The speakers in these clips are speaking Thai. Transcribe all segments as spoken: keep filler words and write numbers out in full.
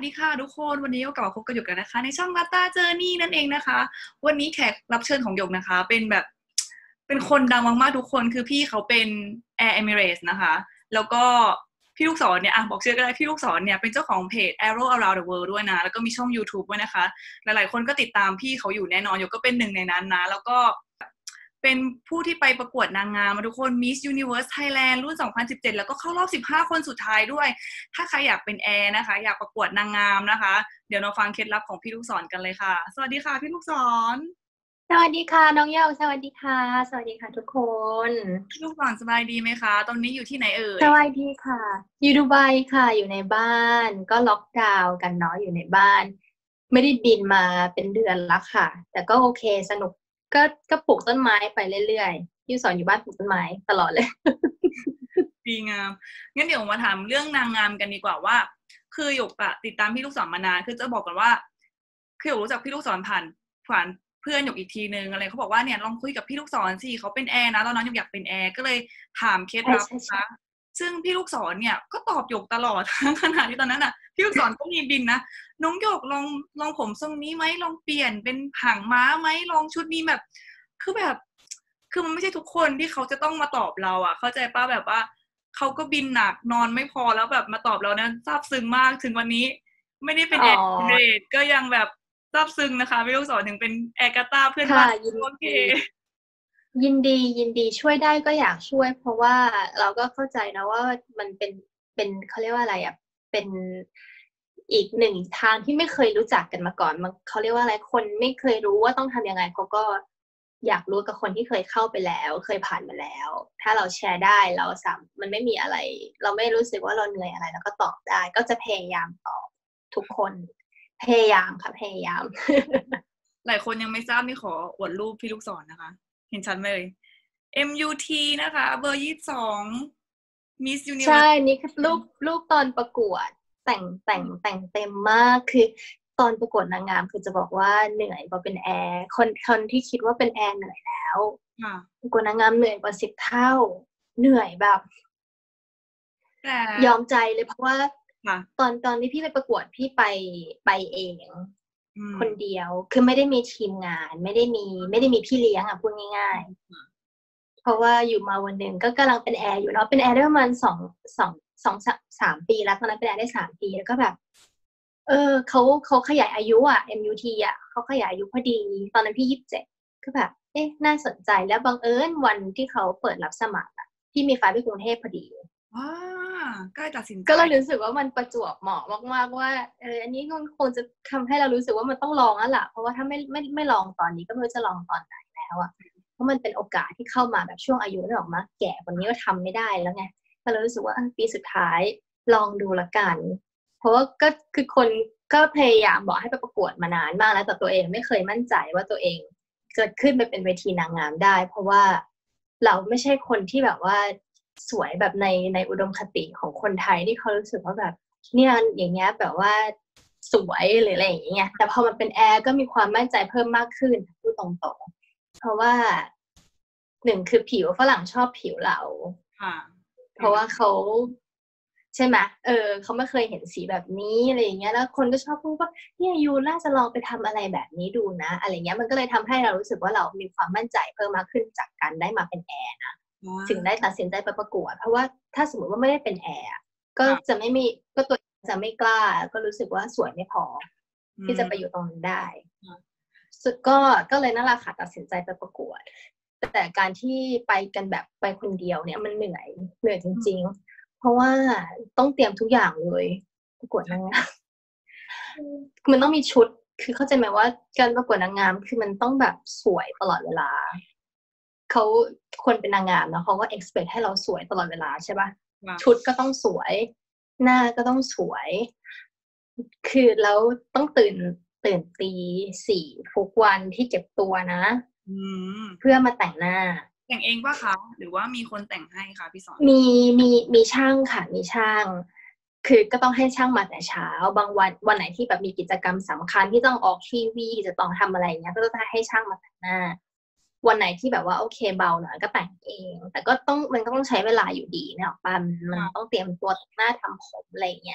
ดีค่ะทุกคนวันนี้ก็กลับมาพบกันอยู่กันนะคะในช่อง Lata Journey นั่นเองนะคะวันนี้แขกรับเชิญของหยกนะคะเป็นแบบเป็นคนดังมากๆทุกคนคือพี่เขาเป็น Air Emirates นะคะแล้วก็พี่ลูกศรเนี่ยอ่ะบอกชื่อก็ได้พี่ลูกศรเนี่ยเป็นเจ้าของเพจ Aero Around the World ด้วยนะแล้วก็มีช่อง YouTube ด้วยนะคะหลายๆคนก็ติดตามพี่เขาอยู่แน่นอนหยกก็เป็นหนึ่งในนั้นนะแล้วก็เป็นผู้ที่ไปประกวดนางงามมาทุกคน Miss Universe Thailand รุ่นสองพันสิบเจ็ดแล้วก็เข้ารอบสิบห้าคนสุดท้ายด้วยถ้าใครอยากเป็นแอร์นะคะอยากประกวดนางงามนะคะเดี๋ยวเราฟังเคล็ดลับของพี่ลูกศรกันเลยค่ะสวัสดีค่ะพี่ลูกศรสวัสดีค่ะน้องเยาสวัสดีค่ะสวัสดีค่ะทุกคนพี่ลูกศรสบายดีไหมคะตอนนี้อยู่ที่ไหนเอ่ยสวัสดีค่ะอยู่ดูไบค่ะอยู่ในบ้านก็ล็อกดาวน์กันเนาะอยู่ในบ้านไม่ได้บินมาเป็นเดือนละค่ะแต่ก็โอเคสนุกก็ก็ปลูกต้นไม้ไปเรื่อยๆพี่สอนอยู่บ้านปลูกต้นไม้ตลอดเลยดีงามงั้นเดี๋ยวมาถามเรื่องนางงามกันดีกว่าว่าคือหยกอะติดตามพี่ลูกศรมานานคือจะบอกกันว่าคือหยกรู้จักพี่ลูกศรผ่านผ่านเพื่อนหยกอีกทีนึงอะไรเขาบอกว่าเนี่ยลองคุยกับพี่ลูกศรสิเขาเป็นแอร์นะตอนนั้นหยกอยากเป็นแอร์ก็เลยถามเคล็ดลับนะซึ่งพี่ลูกศรเนี่ยก็ตอบหยกตลอดขนาดที่ตอนนั้นอะพี่ลูกศรก็มีบินนะน้องหยกลองลองผมทรงนี้ไหมลองเปลี่ยนเป็นหางม้าไหมลองชุดนี้แบบคือแบบคือมันไม่ใช่ทุกคนที่เขาจะต้องมาตอบเราอะเข้าใจป่ะแบบว่าเขาก็บินหนักนอนไม่พอแล้วแบบมาตอบเราเนี่ยซาบซึ้งมากถึงวันนี้ไม่ได้เป็นแอร์เรดก็ยังแบบซาบซึ้งนะคะพี่ลูกศรถึงเป็นแอร์กาตาเพื่อนบ้านโอเคยินดียินดีช่วยได้ก็อยากช่วยเพราะว่าเราก็เข้าใจนะว่ามันเป็นเป็นเขาเรียกว่าอะไรอ่ะเป็นอีกหนึ่งทางที่ไม่เคยรู้จักกันมาก่อนมันเขาเรียกว่าอะไรคนไม่เคยรู้ว่าต้องทำยังไงเขาก็อยากรู้กับคนที่เคยเข้าไปแล้วเคยผ่านมาแล้วถ้าเราแชร์ได้เราสามมันไม่มีอะไรเราไม่รู้สึกว่าเราเหนื่อยอะไรแล้วก็ตอบได้ก็จะพยายามตอบทุกคนพยายามค่ะพยายามหลายคนยังไม่ทราบนี่ขออวดรูปพี่ลูกศรนะคะเห็นชัดไหมเลย เอ็ม ยู ที นะคะเบอร์ยี่สิบสอง Miss ใช่ Universe นี่คือรูปรูปตอนประกวดแต่งแต่งแต่งเต็มมากคือตอนประกวดนางงามคือจะบอกว่าเหนื่อยกว่าเป็นแอร์คนคนที่คิดว่าเป็นแอร์เหนื่อยแล้วประกวดนางงามเหนื่อยกว่าสิบเท่าเหนื่อยแบบยอมใจเลยเพราะว่าตอนตอนที่พี่ไปประกวดพี่ไปไปเองคนเดียวคือไม่ได้มีทีมงานไม่ได้มีไม่ได้มีพี่เลี้ยงอ่ะพูดง่ายๆเพราะว่าอยู่มาวันหนึ่งก็กำลังเป็นแอร์อยู่เนาะเป็นแอร์ได้ประมาณสองสองสองสามปีแล้วตอนนั้นเป็นแอร์ได้สามปีแล้วก็แบบเออเขาเขาขยายอายุอ่ะ เอ็ม ยู ที อ่ะเขาขยายอายุพอดีตอนนั้นพี่ยี่สิบเจ็ดก็แบบเอ๊ะน่าสนใจแล้วบังเอิญวันที่เขาเปิดรับสมัครอ่ะพี่มีไฟล์ไปกรุงเทพพอดีว้าก็เลยตัดสินใจก็เลยรู้สึกว่ามันประจวบเหมาะมากๆว่าเอออันนี้คงจะทำให้เรารู้สึกว่ามันต้องลองแล้วล่ะเพราะว่าถ้าไม่ไม่ไม่ลองตอนนี้ก็ไม่รู้จะลองตอนไหนแล้วอ่ะเพราะมันเป็นโอกาสที่เข้ามาแบบช่วงอายุนี่หรอกมาแก่กว่านี้ก็ทำไม่ได้แล้วไงก็เลยรู้สึกว่าปีสุดท้ายลองดูละกันเพราะว่าก็คือคนก็พยายามบอกให้ไปประกวดมานานมากแล้วแต่ตัวเองไม่เคยมั่นใจว่าตัวเองจะขึ้นไปเป็นเวทีนางงามได้เพราะว่าเราไม่ใช่คนที่แบบว่าสวยแบบในในอุดมคติของคนไทยที่เขารู้สึกว่าแบบเนี่ยอย่างเงี้ยแบบว่าสวยหรืออะไรอย่างเงี้ยแต่พอมันเป็นแอร์ก็มีความมั่นใจเพิ่มมากขึ้นพูดตรงๆเพราะว่าหนึ่งคือผิวฝรั่งชอบผิวเราเพราะว่าเขาใช่ไหมเออเขาไม่เคยเห็นสีแบบนี้อะไรอย่างเงี้ยแล้วคนก็ชอบพูดว่าเนี่ยยูน่าจะลองไปทำอะไรแบบนี้ดูนะอะไรเงี้ยมันก็เลยทำให้เรารู้สึกว่าเรามีความมั่นใจเพิ่มมากขึ้นจากการได้มาเป็นแอร์นะถึงได้ตัดสินใจไปประกวดเพราะว่าถ้าสมมติว่าไม่ได้เป็นแอร์ก็จะไม่มีก็ตัวจะไม่กล้าก็รู้สึกว่าสวยไม่พอที่จะไปอยู่ตรงนั้นได้สุดก็ก็เลยนั่นแหละค่ะตัดสินใจไปประกวดแต่การที่ไปกันแบบไปคนเดียวเนี่ยมันเหนื่อยเหนื่อยจริงๆเพราะว่าต้องเตรียมทุกอย่างเลยประกวดนางงามมันต้องมีชุดคือเข้าใจไหมว่าการประกวดนางงามคือมันต้องแบบสวยตลอดเวลาเขาคนเป็นนางงามนะเขาก็ expect ให้เราสวยตลอดเวลาใช่ป่ะชุดก็ต้องสวยหน้าก็ต้องสวยคือแล้วต้องตื่นตื่นตีสี่ทุกวันที่เก็บตัวนะเพื่อมาแต่งหน้าแต่งเองป่ะคะหรือว่ามีคนแต่งให้คะพี่สอนมีมีมีช่างค่ะมีช่างคือก็ต้องให้ช่างมาแต่เช้าบางวันวันไหนที่แบบมีกิจกรรมสำคัญที่ต้องออกทีวีจะต้องทำอะไรอย่างเงี้ยก็จะให้ช่างมาแต่งหน้าวันไหนที่แบบว่าโอเคเบาหน่อยก็แต่งเองแต่ก็ต้องมันก็ต้องใช้เวลาอยู่ดีเนี่ยมันมันต้องเตรียมตัวแต่งหน้าทำผมอะไรเงี้ย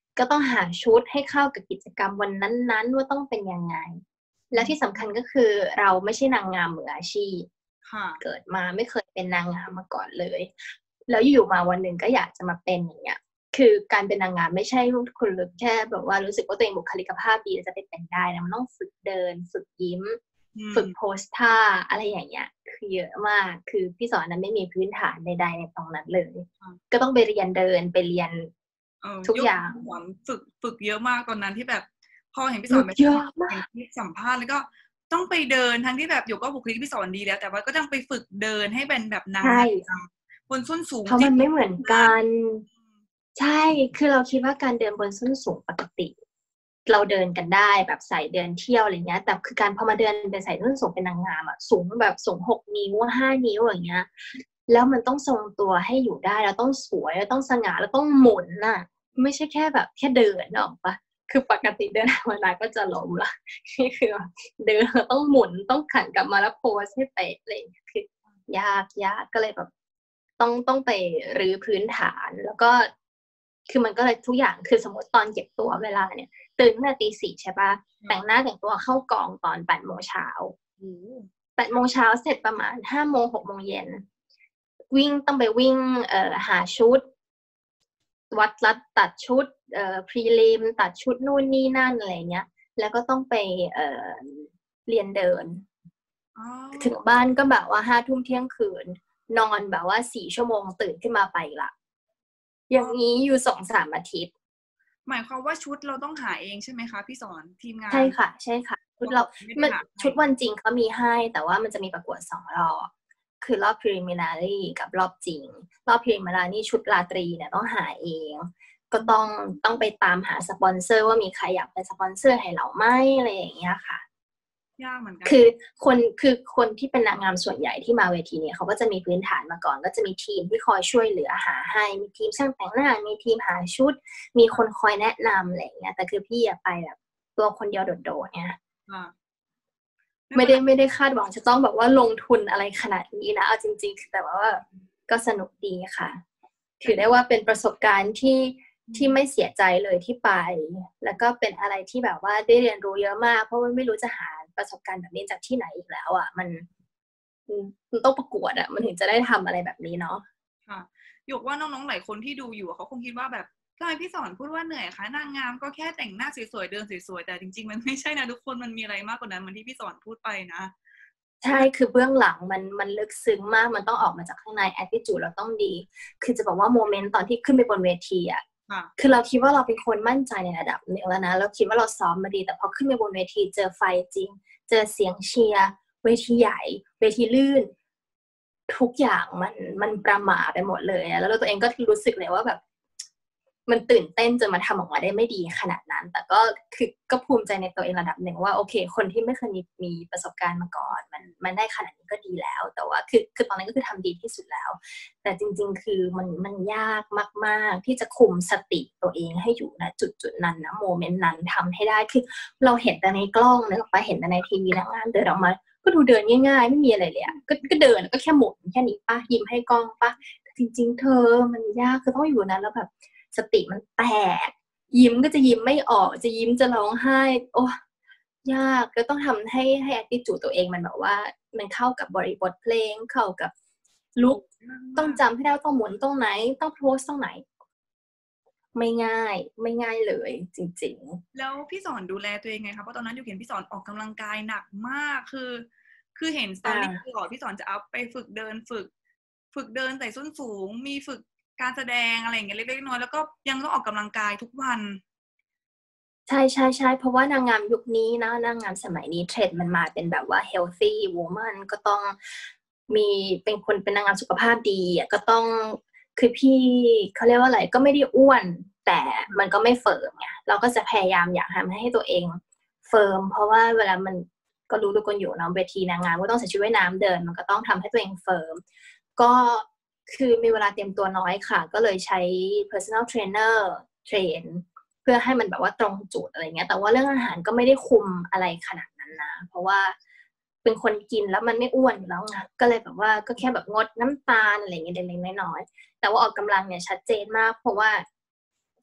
ก็ต้องหาชุดให้เข้ากับกิจกรรมวันนั้นๆว่าต้องเป็นยังไงและที่สำคัญก็คือเราไม่ใช่นางงามมืออาชีพเกิดมาไม่เคยเป็นนางงามมาก่อนเลยแล้วอยู่มาวันหนึ่งก็อยากจะมาเป็นอย่างเงี้ยคือการเป็นนางงามไม่ใช่คุณรู้แค่แบบว่ารู้สึกว่าตัวเองบุคลิกภาพดีจะไปเป็นได้นะมันต้องฝึกเดินฝึกยิ้มฝึกโพสท่าอะไรอย่างเงี้ยคือเยอะมากคือพี่สอนนั้นไม่มีพื้นฐานใดๆในตรงนั้นเลยก็ต้องไปเรียนเดินไปเรียนทุกอย่างฝึกฝึกเยอะมากตอนนั้นที่แบบพอเห็นพี่สอนเยอะมากที่สัมภาษณ์แล้วก็ต้องไปเดินทั้งที่แบบอยู่ก็บุคลิกพี่สอนดีแล้วแต่ว่าก็ต้องไปฝึกเดินให้เป็นแบบนางงามบนส้นสูงเพราะมันไม่เหมือนกันใช่คือเราคิดว่าการเดินบนส้นสูงปกติเราเดินกันได้แบบใส่เดินเที่ยวอะไรเงี้ยแต่คือการพอมาเดินเป็นใส่ส้นสูงเป็นนางงามอะสูงแบบสูงหกนิ้วห้านิ้วอย่างเงี้ยแล้วมันต้องทรงตัวให้อยู่ได้เราต้องสวยเราต้องสง่าเราต้องหมุนน่ะไม่ใช่แค่แบบแค่เดินออกปะคือปกติเดินธรรมดาก็จะล้มละนี่คือเดินต้องหมุนต้องขันกลับมาแล้วโพสให้เป๊ะเลยคือยากยากก็เลยแบบต้องต้องไปรื้อพื้นฐานแล้วก็คือมันก็เลยทุกอย่างคือสมมติตอนเก็บตัวเวลาเนี่ยตื่นตั้งแต่ตีสี่ใช่ปะแต่งหน้าแต่งตัวเข้ากองตอนแปดโมงเช้าแปดโมงเช้าเสร็จประมาณห้าโมงหกโมงเย็นวิ่งต้องไปวิ่งเอ่อหาชุดวัดรัดตัดชุดเอ่อพรีลิมตัดชุดนู่นนี่นั่นอะไรเงี้ยแล้วก็ต้องไปเอ่อเรียนเดินถึงบ้านก็แบบว่าห้าทุ่มเที่ยงคืนนอนแบบว่าสี่ชั่วโมงตื่นขึ้นมาไปละอย่างนี้อยู่สองสามอาทิตย์หมายความว่าชุดเราต้องหาเองใช่ไหมคะพี่สอนทีมงานใช่ค่ะใช่ค่ะชุดเราชุดวันจริงเขามีให้แต่ว่ามันจะมีประกวดสองรอบคือรอบ preliminary กับรอบจริงรอบ preliminary ชุดราตรีเนี่ยต้องหาเองก็ต้องต้องไปตามหาสปอนเซอร์ว่ามีใครอยากเป็นสปอนเซอร์ให้เราไหมอะไรอย่างเงี้ยค่ะยากเหมือนกันคือคนคือคนที่เป็นนางงามส่วนใหญ่ที่มาเวทีเนี่ยเขาก็จะมีพื้นฐานมาก่อนก็จะมีทีมที่คอยช่วยเหลือหาให้มีทีมช่างแต่งหน้ามีทีมหาชุดมีคนคอยแนะนำอะไรอย่างเงี้ยแต่คือพี่อะไปแบบตัวคนเดียวโดดๆเนี่ยไม่ได้ไม่ได้คาดหวังจะต้องแบบว่าลงทุนอะไรขนาดนี้นะเอาจริงๆแต่ว่าก็สนุกดีค่ะถือได้ว่าเป็นประสบการณ์ที่ที่ไม่เสียใจเลยที่ไปแล้วก็เป็นอะไรที่แบบว่าได้เรียนรู้เยอะมากเพราะว่าไม่รู้จะหาประสบการณ์แบบนี้จากที่ไหนอีกแล้วอ่ะมันมันต้องประกวดอ่ะมันถึงจะได้ทำอะไรแบบนี้เนาะค่ะยกว่าน้องๆหลายคนที่ดูอยู่เขาคงคิดว่าแบบทำไมพี่สอนพูดว่าเหนื่อยคะนางงามก็แค่แต่งหน้าสวยๆเดินสวยๆแต่จริงๆมันไม่ใช่นะทุกคนมันมีอะไรมากกว่านั้นเหมือนที่พี่สอนพูดไปนะใช่คือเบื้องหลังมันมันลึกซึ้งมากมันต้องออกมาจากข้างใน attitude เราต้องดีคือจะบอกว่าโมเมนต์ตอนที่ขึ้นไปบนเวทีอ่ะคือเราคิดว่าเราเป็นคนมั่นใจในระดับหนึ่งแล้วนะเราคิดว่าเราซ้อมมาดีแต่พอขึ้นไปบนเวทีเจอไฟจริงเจอเสียงเชียร์เวทีใหญ่เวทีลื่นทุกอย่างมันมันประหม่าไปหมดเลยแล้วตัวเองก็รู้สึกเลยว่าแบบมันตื่นเต้นจนมาทำออกมาได้ไม่ดีขนาดนั้นแต่ก็คือก็ภูมิใจในตัวเองระดับหนึ่งว่าโอเคคนที่ไม่เคยมีมีประสบการณ์มาก่อนมันมันได้ขนาดนี้ก็ดีแล้วแต่ว่าคือคือตอนนั้นก็คือทำดีที่สุดแล้วแต่จริงๆคือมันมันยากมากๆที่จะคุมสติตัวเองให้อยู่ณจุดจุดนั้นนะโมเมนต์นั้นทำให้ได้คือเราเห็นแต่ในกล้องนึกไปเห็นแต่ในทีวีนางงามเดินออกมาก็ดูเดินง่ายๆไม่มีอะไรเลยอ่ะก็ก็เดินก็แค่หมุนแค่นี้ป่ะยิ้มให้กล้องป่ะจริงๆเธอมันยากคือต้องอยู่นั้นแล้วแบบสติมันแตกยิ้มก็จะยิ้มไม่ออกจะยิ้มจะร้องไห้โอ้ยากก็ต้องทำให้ให้ attitude ตัวเองมันแบบว่ามันเข้ากับบริบทเพลงเข้ากับลุคต้องจำให้ได้ต้องหมุนตรงไหนต้องโพสตรงไหนไม่ง่ายไม่ง่ายเลยจริงๆแล้วพี่สอนดูแลตัวเองไงคะเพราะตอนนั้นอยู่เห็นพี่สอนออกกำลังกายหนักมากคือคือเห็นสตอรี่ตลอดพี่สอนจะเอาไปฝึกเดินฝึกฝึกเดินใส่ส้นสูงมีฝึกการแสดงอะไรอย่างเงี้ยเล็กๆน้อยๆแล้วก็ยังต้องออกกำลังกายทุกวันใช่ใช่ใช่เพราะว่านางงามยุคนี้นะนางงามสมัยนี้เทรนด์มันมาเป็นแบบว่า healthy woman ก็ต้องมีเป็นคนเป็นนางงามสุขภาพดีก็ต้องคือพี่เขาเรียกว่าอะไรก็ไม่ได้อ้วนแต่มันก็ไม่เฟิร์มไงเราก็จะพยายามอยากทำให้ตัวเองเฟิร์มเพราะว่าเวลามันก็รู้ทุกคนอยู่เนาะเวทีนางงามก็ต้องใส่ชุดว่ายน้ำเดินมันก็ต้องทำให้ตัวเองเฟิร์มก็คือมีเวลาเตรียมตัวน้อยค่ะก็เลยใช้ personal trainer เทรนเพื่อให้มันแบบว่าตรงจุดอะไรเงี้ยแต่ว่าเรื่องอาหารก็ไม่ได้คุมอะไรขนาดนั้นนะเพราะว่าเป็นคนกินแล้วมันไม่อ้วนอยู่แล้วไงก็เลยแบบว่าก็แค่แบบงดน้ำตาลอะไรเงี้ยเล็กๆน้อยๆแต่ว่าออกกำลังเนี่ยชัดเจนมากเพราะว่า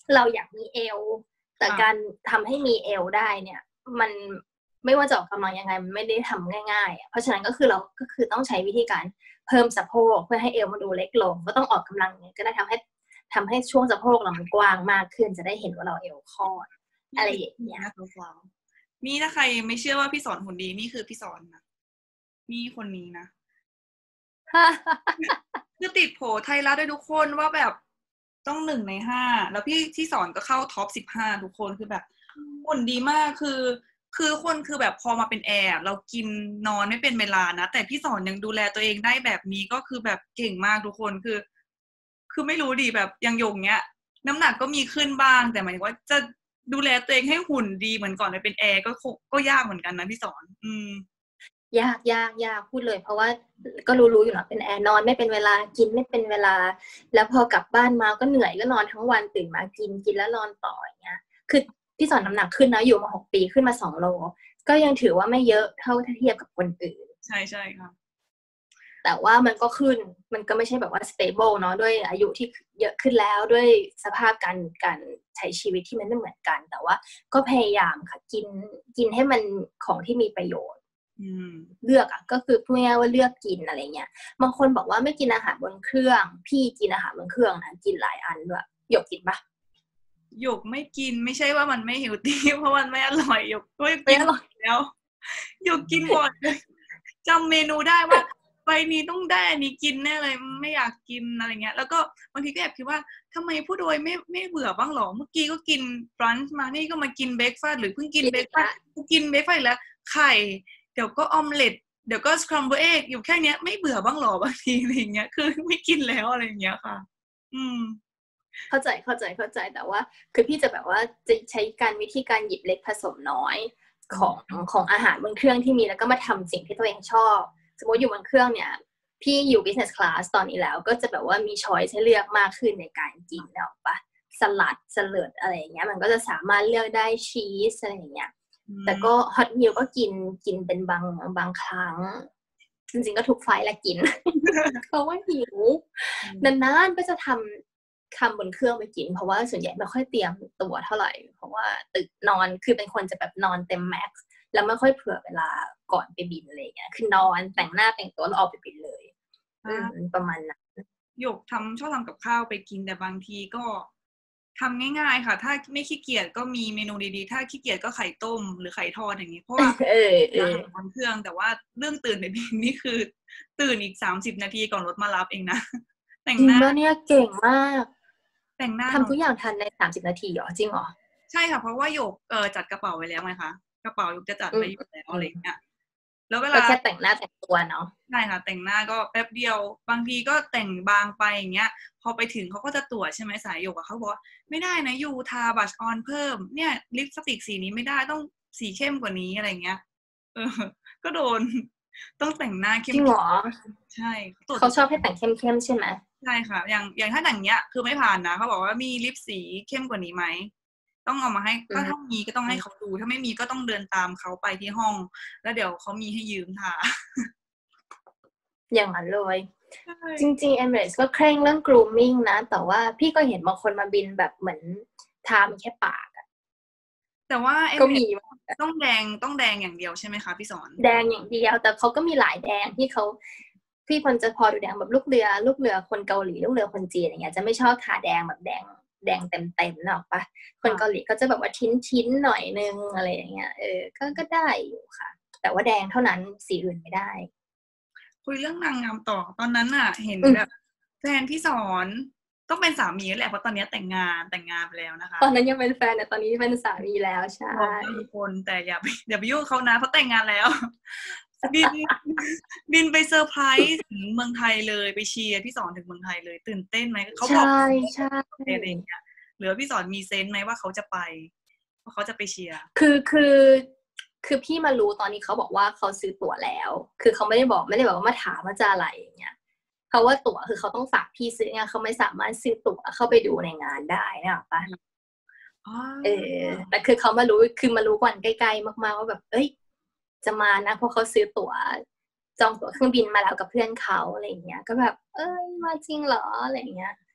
เราอยากมีเอวแต่การทำให้มีเอวได้เนี่ยมันไม่ว่าจะออกกำลังยังไงมันไม่ได้ทำง่ายๆเพราะฉะนั้นก็คือเราก็คือต้องใช้วิธีการเพิ่มสะโพกเพื่อให้เอวมันดูเล็กลงก็ต้องออกกำลังเนี่ยก็ได้ทำให้ทำให้ช่วงสะโพกเรามันกว้างมากขึ้นจะได้เห็นว่าเราเอวคอดอะไรอย่างเงี้ยนี่ถ้าใครไม่เชื่อว่าพี่สอนหุ่นดีนี่คือพี่สอนนะนี่คนนี้นะคือติดโผไทยรัฐด้วยทุกคนว่าแบบต้องหนึ่งในห้าแล้วพี่ที่สอนก็เข้าท็อปสิบห้าทุกคนคือแบบหุ่นดีมากคือคือคนคือแบบพอมาเป็นแอร์เรากินนอนไม่เป็นเวลานะแต่พี่สอนยังดูแลตัวเองได้แบบนี้ก็คือแบบเก่งมากทุกคนคือคือไม่รู้ดิแบบยังยงเนี้ยน้ำหนักก็มีขึ้นบ้างแต่หมายถึงว่าจะดูแลตัวเองให้หุ่นดีเหมือนก่อนไปเป็นแอร์ก็ก็ยากเหมือนกันนะพี่สอนอืมยากยากยากพูดเลยเพราะว่าก็รู้ๆอยู่เนาะเป็นแอร์นอนไม่เป็นเวลากินไม่เป็นเวลาแล้วพอกลับบ้านมาก็เหนื่อยก็นอนทั้งวันตื่นมากินกินแล้วนอนต่ออย่างเงี้ยคือพี่สอนน้ำหนักขึ้นนะอยู่มาหกปีขึ้นมาสองโลก็ยังถือว่าไม่เยอะเท่าถ้าเทียบกับคนอื่นใช่ใช่ค่ะแต่ว่ามันก็ขึ้นมันก็ไม่ใช่แบบว่า stable เนาะด้วยอายุที่เยอะขึ้นแล้วด้วยสภาพการการใช้ชีวิตที่มันไม่เหมือนกันแต่ว่าก็พยายามค่ะกินกินให้มันของที่มีประโยชน์เลือกอ่ะก็คือพูดง่ายๆว่าเลือกกินอะไรเงี้ยบางคนบอกว่าไม่กินอาหารบนเครื่องพี่กินอาหารบนเครื่องนะกินหลายอันด้วยหยกกินปะหยกไม่กินไม่ใช่ว่ามันไม่หิวตีเพราะมันไม่อร่อยหยกก็กินแล้วหยกกินบ่อยจำเมนูได้ว่าไปนี้ต้องได้อันนี้กินแน่เลยไม่อยากกินอะไรเงี้ยแล้วก็บางทีก็แอบคิดว่าทำไมผู้โดยไม่ไม่เบื่อบ้างหรอเมื่อกี้ก็กินบรันช์มานี่ก็มากินเบรกฟาสต์หรือเพิ่งกินเบรกฟาสต์กูกินเบรกฟาสต์แล้วไข่เดี๋ยวก็ออมเล็ตเดี๋ยวก็สครัมเบิลเอ็กอยู่แค่เนี้ยไม่เบื่อบ้างหรอบางทีอะไรเงี้ยคือไม่กินแล้วอะไรเงี้ยค่ะอืมเข้าใจเข้าใจเข้าใจแต่ว่าคือพี่จะแบบว่าจะใช้การวิธีการหยิบเล็กผสมน้อยของของอาหารบนเครื่องที่มีแล้วก็มาทำสิ่งที่ตัวเองชอบสมมติอยู่บนเครื่องเนี่ยพี่อยู่ business class ตอนนี้แล้วก็จะแบบว่ามีช้อยส์ให้เลือกมากขึ้นในการกินแล้วปะสลัดสลัดอะไรอย่างเงี้ยมันก็จะสามารถเลือกได้ชีสอะไรอย่างเงี้ยแต่ก็ฮอตมิลก็กินกินเป็นบางบางครั้งจริงๆก็ทุกไฟล์ละกินเพราะว่าหิวนานๆก็จะทำทำบนเครื่องไปกินเพราะว่าส่วนใหญ่ไม่ค่อยเตรียมตัวเท่าไหร่เพราะว่าตึกนอนคือเป็นคนจะแบบนอนเต็มแม็กซ์แล้วไม่ค่อยเผื่อเวลาก่อนไปบินอะไรเงี้ยคือนอนแต่งหน้าแต่งตัวแล้วออกไปบินเลยประมาณนั้นหยกทำชอบทำกับข้าวไปกินแต่บางทีก็ทำง่ายๆค่ะถ้าไม่ขี้เกียจก็มีเมนูดีๆถ้าขี้เกียจก็ไข่ต้มหรือไข่ทอดอย่างนี้เพราะว่าเออเออบนเครื่องแต่ว่าเรื่องตื่นในบินนี่คือตื่นอีกสามสิบนาทีก่อนรถมารับเองนะแต่งหน้าเนี่ยเก่งมากแต่งหน้าทำทุกอย่างทันในสามสิบนาทีเหรอจริงเหรอใช่ค่ะเพราะว่าหยกเออจัดกระเป๋าไว้แล้วไงคะกระเป๋าหยกจะจัดไว้อยู่แล้วอะไรเงี้ยแล้วเวลาแค่แต่งหน้าแต่งตัวเนาะใช่ค่ะแต่งหน้าก็แป๊บเดียวบางทีก็แต่งบางไปอย่างเงี้ยพอไปถึงเขาก็จะตรวจใช่ไหมสายหยกอะเขาบอกไม่ได้นะยูทาบัชออนเพิ่มเนี่ยลิปสติกสีนี้ไม่ได้ต้องสีเข้มกว่านี้อะไรเงี้ยเออก็โดนต้องแต่งหน้าเข้มจริงเหรอใช่เขาชอบให้แต่งเข้มๆใช่ไหมใช่ค่ะอย่างอย่างถ้าแต่งเนี้ยคือไม่ผ่านนะเขาบอกว่ามีลิปสีเข้มกว่านี้ไหมต้องเอามาให้ก็ถ้ามีก็ต้องให้เขาดูถ้าไม่มีก็ต้องเดินตามเขาไปที่ห้องแล้วเดี๋ยวเขามีให้ยืมทาอย่างนั้นเลยจริงๆ Emirates ก็เคร่งเรื่อง grooming นะแต่ว่าพี่ก็เห็นบางคนมาบินแบบเหมือนทาแค่ปากอะแต่ว่าก็มีต้องแดงต้องแดงอย่างเดียวใช่ไหมคะพี่สอนแดงอย่างเดียวแต่เขาก็มีหลายแดงที่เขาพี่คนจะพอดูแดงแบบลูกเรือลูกเรือคนเกาหลีลูกเรือคนจีนอย่างเงี้ยจะไม่ชอบทาแดงแบบแดงแดงเต็มๆหรอกปะคนเกาหลีก็จะแบบว่าชิ้นๆหน่อยนึงอะไรอย่างเงี้ยเออก็ก็ได้อยู่ค่ะแต่ว่าแดงเท่านั้นสีอื่นไม่ได้คุยเรื่องนางงามต่อตอนนั้นอะเห็นแบบแฟนพี่สอนต้องเป็นสามีแหละเพราะตอนนี้แต่งงานแต่งงานไปแล้วนะคะตอนนั้นยังเป็นแฟนแต่ตอนนี้เป็นสามีแล้วใช่ทุกคนแต่อย่าอย่าไปยุ่งเขานะเพราะแต่งงานแล้วบินบินไปเซอร์ไพรส์ถึงเมืองไทยเลยไปเชียร์พี่สอนถึงเมืองไทยเลยตื่นเต้นไหมเขาบอกใช่ใช่อะไรอย่างเงี้ยหรือพี่สอนมีเซนส์ไหมว่าเขาจะไปว่าเขาจะไปเชียร์คือคือคือพี่มารู้ตอนนี้เขาบอกว่าเขาซื้อตั๋วแล้วคือเขาไม่ได้บอกไม่ได้บอกว่ามาถามว่าจะอะไรอย่างเงี้ยเพราะว่าตั๋วคือเขาต้องฝากพี่ซื้อไงเขาไม่สามารถซื้อตั๋วเข้าไปดูในงานได้นะปะเออแต่คือเขามารู้คือมารู้ก่อนใกล้ๆมากๆว่าแบบเอ้ยจะมานะเพราะเขาซื้อตั๋วจองตั๋วเครื่องบินมาแล้วกับเพื่อนเขาอะไรอย่างเงี้ยก็แบบเอ้ยมาจริงเหรออะไรอย่างเงี้ย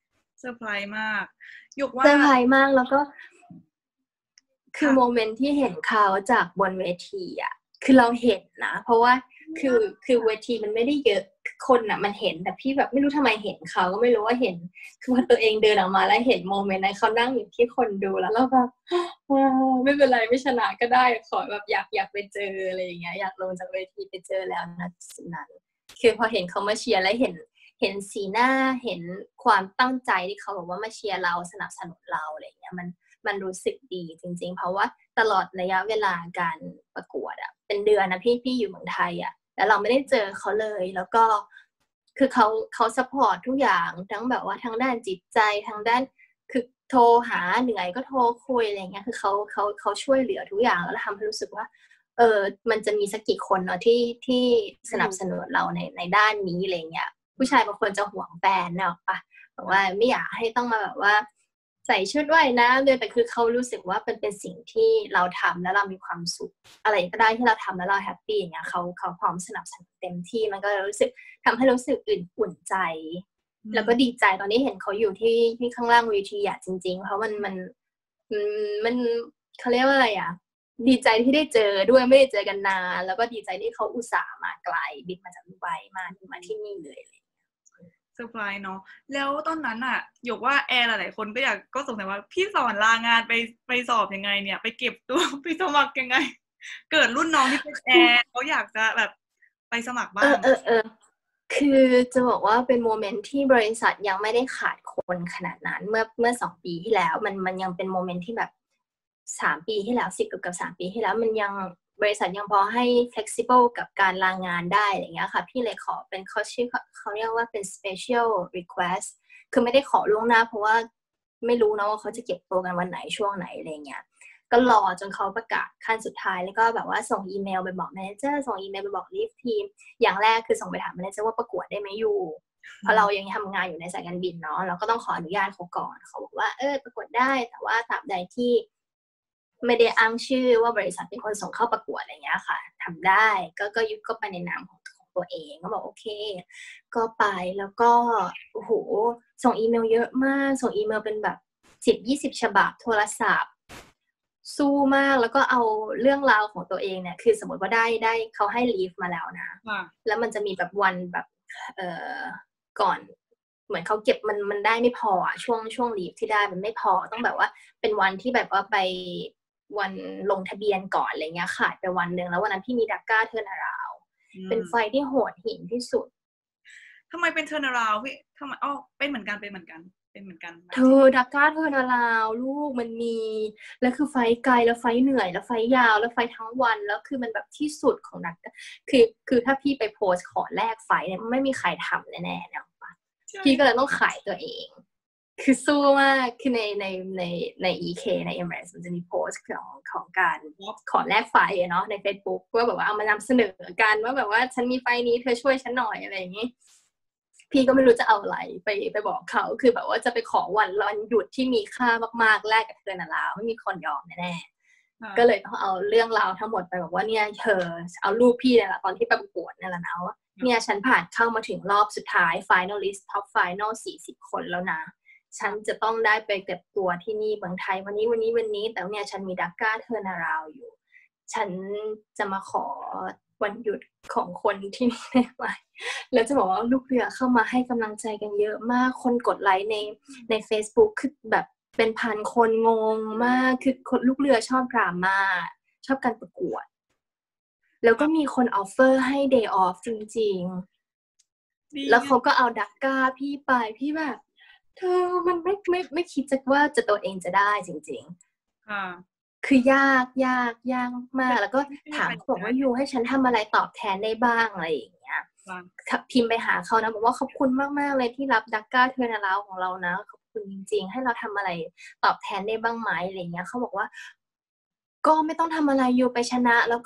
เซอร์ไพรส์มากยกว่าเซอร์ไพรส์มากแล้วก็คือโมเมนต์ที่เห็นเขาจากบนเวทีอ่ะคือเราเห็นนะเพราะว่าคือคือเวทีมันไม่ได้เยอะคนอ่ะมันเห็นแต่พี่แบบไม่รู้ทำไมเห็นเขาก็ไม่รู้ว่าเห็นคือพอตัวเองเดินออกมาแล้วเห็นโมเมนต์นั้นเขานั่งอยู่ที่คนดูแล้วเราแบบไม่เป็นไรไม่ชนะก็ได้ขอแบบอยากอยากไปเจออะไรอย่างเงี้ยอยากลงจากเวทีไปเจอแล้วนะสิ่งนั้นคือพอเห็นเขามาเชียร์แล้วเห็นเห็นสีหน้าเห็นความตั้งใจที่เขาบอกว่ามาเชียร์เราสนับสนุนเราอะไรอย่างเงี้ยมันมันรู้สึกดีจริงๆเพราะว่าตลอดระยะเวลาการประกวดอะเป็นเดือนนะพี่พี่อยู่เมืองไทยอะแต่เราไม่ได้เจอเขาเลยแล้วก็คือเขาเขาซัพพอร์ตทุกอย่างทั้งแบบว่าทั้งด้านจิตใจทั้งด้านคือโทรหาเหนื่อยก็โทรคุยอะไรเงี้ยคือเขาเขาเขาช่วยเหลือทุกอย่างแล้วทำให้รู้สึกว่าเออมันจะมีสักกี่คนเนาะที่ที่สนับสนุนเราในในด้านนี้อะไรเงี้ยผู้ชายบางคนจะห่วงแฟนเนาะปะแบบว่าไม่อยากให้ต้องมาแบบว่าใส่ชุดว่ายน้ำเลยแต่คือเขารู้สึกว่าเป็นเป็นสิ่งที่เราทำแล้วเรามีความสุขอะไรก็ได้ที่เราทำแล้วเราแฮปปี้อย่างเงี้ยเขาเขาพร้อมสนับสนุนเต็มที่มันก็รู้สึกทำให้รู้สึกอุ่นอุ่นใจแล้วก็ดีใจตอนนี้เห็นเขาอยู่ที่ที่ข้างล่างเวทีอ่ะจริงๆเพราะมันมันมันเขาเรียกว่าอะไรอ่ะดีใจที่ได้เจอด้วยไม่ได้เจอกันนานแล้วก็ดีใจที่เขาอุตส่าห์มาไกลบินมาจากดูไบมามาที่นี่เลยเซอร์ไพรส์เนาะแล้วตอนนั้นอะหยกว่าแอร์หลายๆคนก็อยากก็สงสัยว่าพี่สอนลางานไปไปสอบยังไงเนี่ยไปเก็บตัวไปสมัครยังไงเกิดรุ่นน้องที่เป็นแอร์เขาอยากจะแบบไปสมัครบ้างเออเออเออคือจะบอกว่าเป็นโมเมนต์ที่บริษัทยังไม่ได้ขาดคนขนาดนั้นเมื่อเมื่อสองปีที่แล้วมันมันยังเป็นโมเมนต์ที่แบบสามปีที่แล้วสิบกับกับสามปีที่แล้วมันยังบริษัทยังพอให้ flexible กับการลางานได้อะไรเงี้ยค่ะพี่เลยขอเป็นเขาชื่อเขาเรียกว่าเป็น special request คือไม่ได้ขอล่วงหน้าเพราะว่าไม่รู้นะว่าเขาจะเก็บตัวกันวันไหนช่วงไหนอะไรเงี้ยก็รอจนเขาประกาศขั้นสุดท้ายแล้วก็แบบว่าส่งอีเมลไปบอกแมเนเจอร์ส่งอีเมลไปบอกลีฟทีมอย่างแรกคือส่งไปถามแมเนเจอร์ว่าประกวดได้ไหมอยู่เพราะเรายังทำงานอยู่ในสายการบินเนาะเราก็ต้องขออนุญาตเขาก่อนเขาบอกว่าเออประกวดได้แต่ว่าตราบใดที่ไม่ได้อ้างชื่อว่าบริษัทเป็นคนส่งเข้าประกวดอะไรเงี้ยค่ะทำได้ก็ก็ยุบก็ไปในนามของของตัวเองก็บอกโอเคก็ไปแล้วก็โอ้โหส่งอีเมลเยอะมากส่งอีเมลเป็นแบบสิบยี่สิบฉบับโทรศัพท์สู้มากแล้วก็เอาเรื่องราวของตัวเองเนี่ยคือสมมติว่าได้ได้เขาให้ลีฟมาแล้วนะแล้วมันจะมีแบบวันแบบเอ่อก่อนเหมือนเขาเก็บมันมันได้ไม่พออ่ะช่วงช่วงลีฟที่ได้มันไม่พอต้องแบบว่าเป็นวันที่แบบว่าไปวันลงทะเบียนก่อนอะไรเงี้ยขาดไปวันนึงแล้ววันนั้นพี่มีดักก้าเทิร์นอราวเป็นไฟที่โหดหินที่สุดทำไมเป็นเทิร์นอราวพี่ทำไมอ๋อเป็นเหมือนกันเป็นเหมือนกันเป็นเหมือนกันเธอดักก้าเทิร์นอราวลูกมันมีแล้วคือไฟไกลแล้วไฟเหนื่อยแล้วไฟยาวแล้วไฟทั้งวันแล้วคือมันแบบที่สุดของดักก้าคือคือถ้าพี่ไปโพสขอแลกไฟเนี่ยไม่มีใครทำแน่ๆเนี่ยพี่ก็เลยต้องขายตัวเองคือสู้มากคือในในในใน อี เค ใน เอ็ม เอส มันจะมีโพสต์ของของการขอแลกไฟเนาะใน Facebook ว่าแบบว่าเอามานำเสนอกันว่าแบบว่าฉันมีไฟนี้เธอช่วยฉันหน่อยอะไรอย่างนี้พี่ก็ไม่รู้จะเอาอะไรไปไปบอกเขาคือแบบว่าจะไปขอวันวันหยุดที่มีค่ามากๆแลกกับเธอน่ะแล้วไม่มีคนยอมแน่ๆก็เลยต้องเอาเรื่องราวทั้งหมดไปบอกว่าเนี่ยเธอเอารูปพี่เนี่ยแหละตอนที่ไปประกวดเนี่ยแหละนะว่าเนี่ยฉันผ่านเข้ามาถึงรอบสุดท้าย finalist top final สี่สิบคนแล้วนะฉันจะต้องได้ไปเก็บตัวที่นี่เมืองไทยวันนี้วันนี้วันนี้แต่เนี่ยฉันมีดักก้าเทอร์นาราวอยู่ฉันจะมาขอวันหยุดของคนที่นี่ได้ไหมแล้วจะบอกว่าลูกเรือเข้ามาให้กำลังใจกันเยอะมากคนกดไลค์ในใน Facebook คือแบบเป็นพันคนงงมากคือคนลูกเรือชอบดราม่าชอบการประกวดแล้วก็มีคนออฟเฟอร์ให้ day off จริงๆแล้วเขาก็เอาดักก้าพี่ไปพี่แบบเธอมันไม่ไม่ไม่คิดจะว่าจะตัวเองจะได้จริงๆค่ะคือยากยากยากมากแล้วก็ถามเขาบอกว่ายูให้ฉันทำอะไรตอบแทนได้บ้างอะไรอย่างเงี้ยพิมพ์ไปหาเขานะบอกว่าขอบคุณมากๆเลยที่รับดักก้าเทอร์นาลาวของเรานะขอบคุณจริงๆให้เราทำอะไรตอบแทนได้บ้างไหมอะไรเงี้ยเขาบอกว่าก็ไม่ต้องทำอะไรยูไปชนะแล้วก็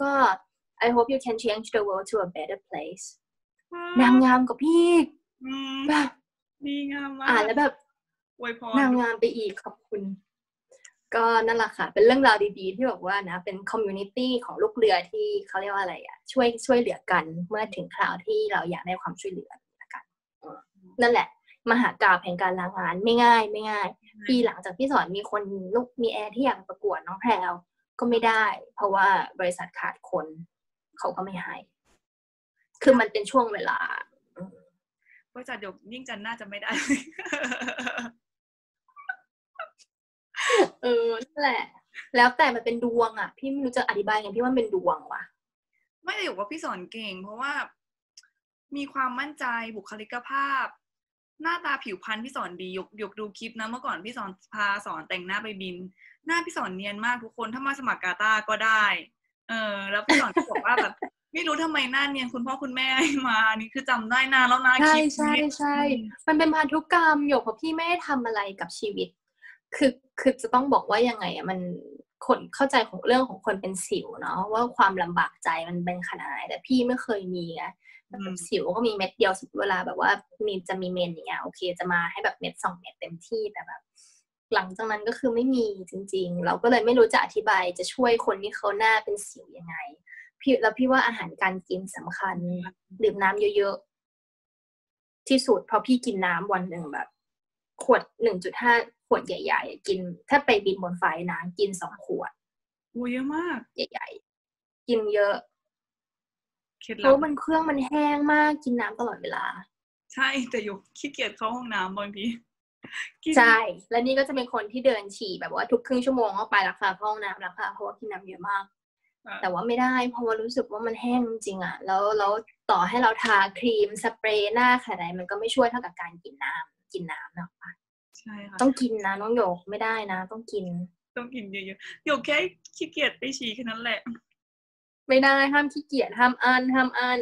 I hope you can change the world to a better place นางงามกับพี่แบบดีงามมากอ่านแล้วแบบอวยพรนางงามไปอีกขอบคุณก็นั่นแหละค่ะเป็นเรื่องราวดีๆที่บอกว่านะเป็นคอมมูนิตี้ของลูกเรือที่เขาเรียกว่าอะไรอ่ะช่วยช่วยเหลือกันเมื่อถึงคราวที่เราอยากได้ความช่วยเหลือกันนั่นแหละมหากาพย์แห่งการลางานไม่ง่ายไม่ง่ายปีหลังจากพี่สอนมีคนลูกมีแอร์ที่อยากประกวดน้องแพรวก็ไม่ได้เพราะว่าบริษัทขาดคนเขาก็ไม่ให้คือมันเป็นช่วงเวลาบริษัทเดี๋ยวยิ่งจันน่าจะไม่ได้เออนั่นแหละแล้วแต่มันเป็นดวงอ่ะพี่ไม่รู้จะอธิบายไงพี่ว่ามันเป็นดวงว่ะไม่ได้บอกว่าพี่สอนเก่งเพราะว่ามีความมั่นใจบุคลิกภาพหน้าตาผิวพรรณพี่สอนดียกยกดูคลิปนะเมื่อก่อนพี่สอนพาสอนแต่งหน้าไปบินหน้าพี่สอนเนียนมากทุกคนถ้ามาสมัครกาตาก็ได้เออแล้วพี่สอนก็บอกว่าแบบไม่รู้ทำไมหน้าเนียนคุณพ่อคุณแม่ให้มานี่คือจำได้นานแล้วนะคลิปใช่ใช่ใช่มันเป็นพันธุกรรมหยกเพราะพี่ไม่ได้ทำอะไรกับชีวิตคือคือจะต้องบอกว่ายังไงอ่ะมันคนเข้าใจของเรื่องของคนเป็นสิวเนาะว่าความลำบากใจมันเป็นขนาดไหนแต่พี่ไม่เคยมีนะแบบสิวก็มีเม็ดเดียวเวลาแบบว่ามีจะมีเมนอย่างเงี้ยโอเคจะมาให้แบบเม็ดสองเม็ดเต็มที่แต่แบบหลังจากนั้นก็คือไม่มีจริงๆเราก็เลยไม่รู้จะอธิบายจะช่วยคนที่เขาหน้าเป็นสิวยังไงพี่แล้วพี่ว่าอาหารการกินสำคัญดื่มน้ำเยอะๆที่สุดเพราะพี่กินน้ำวันหนึ่งแบบขวด หนึ่งจุดห้า ขวดใหญ่ๆกินถ้าไปบินบนไฟนะกินสองขวดโอ้เยอะมากใหญ่ๆกินเยอะเพราะมันเครื่องมันแห้งมากกินน้ำตลอดเวลาใช่แต่อยู่ขี้เกียจเข้าห้องน้ำบางทีใช่และนี่ก็จะเป็นคนที่เดินฉี่แบบว่าทุกครึ่งชั่วโมงก็ไปรักษาห้องน้ำรักษาเพราะว่ากินน้ำเยอะมากแต่ว่าไม่ได้เพราะว่ารู้สึกว่ามันแห้งจริงอ่ะแล้วแล้วต่อให้เราทาครีมสเปรย์หน้าขนาดไหนมันก็ไม่ช่วยเท่ากับการกินน้ำกินน้ำนะใช่ค่ะต้องกินนะน้องโยกไม่ได้นะต้องกินต้องกินเยอะๆโยกแค่ขี้เกียจไปฉี่แค่นั้นแหละไม่ได้ห้ามขี้เกียจห้ามอั้นห้ามอั้น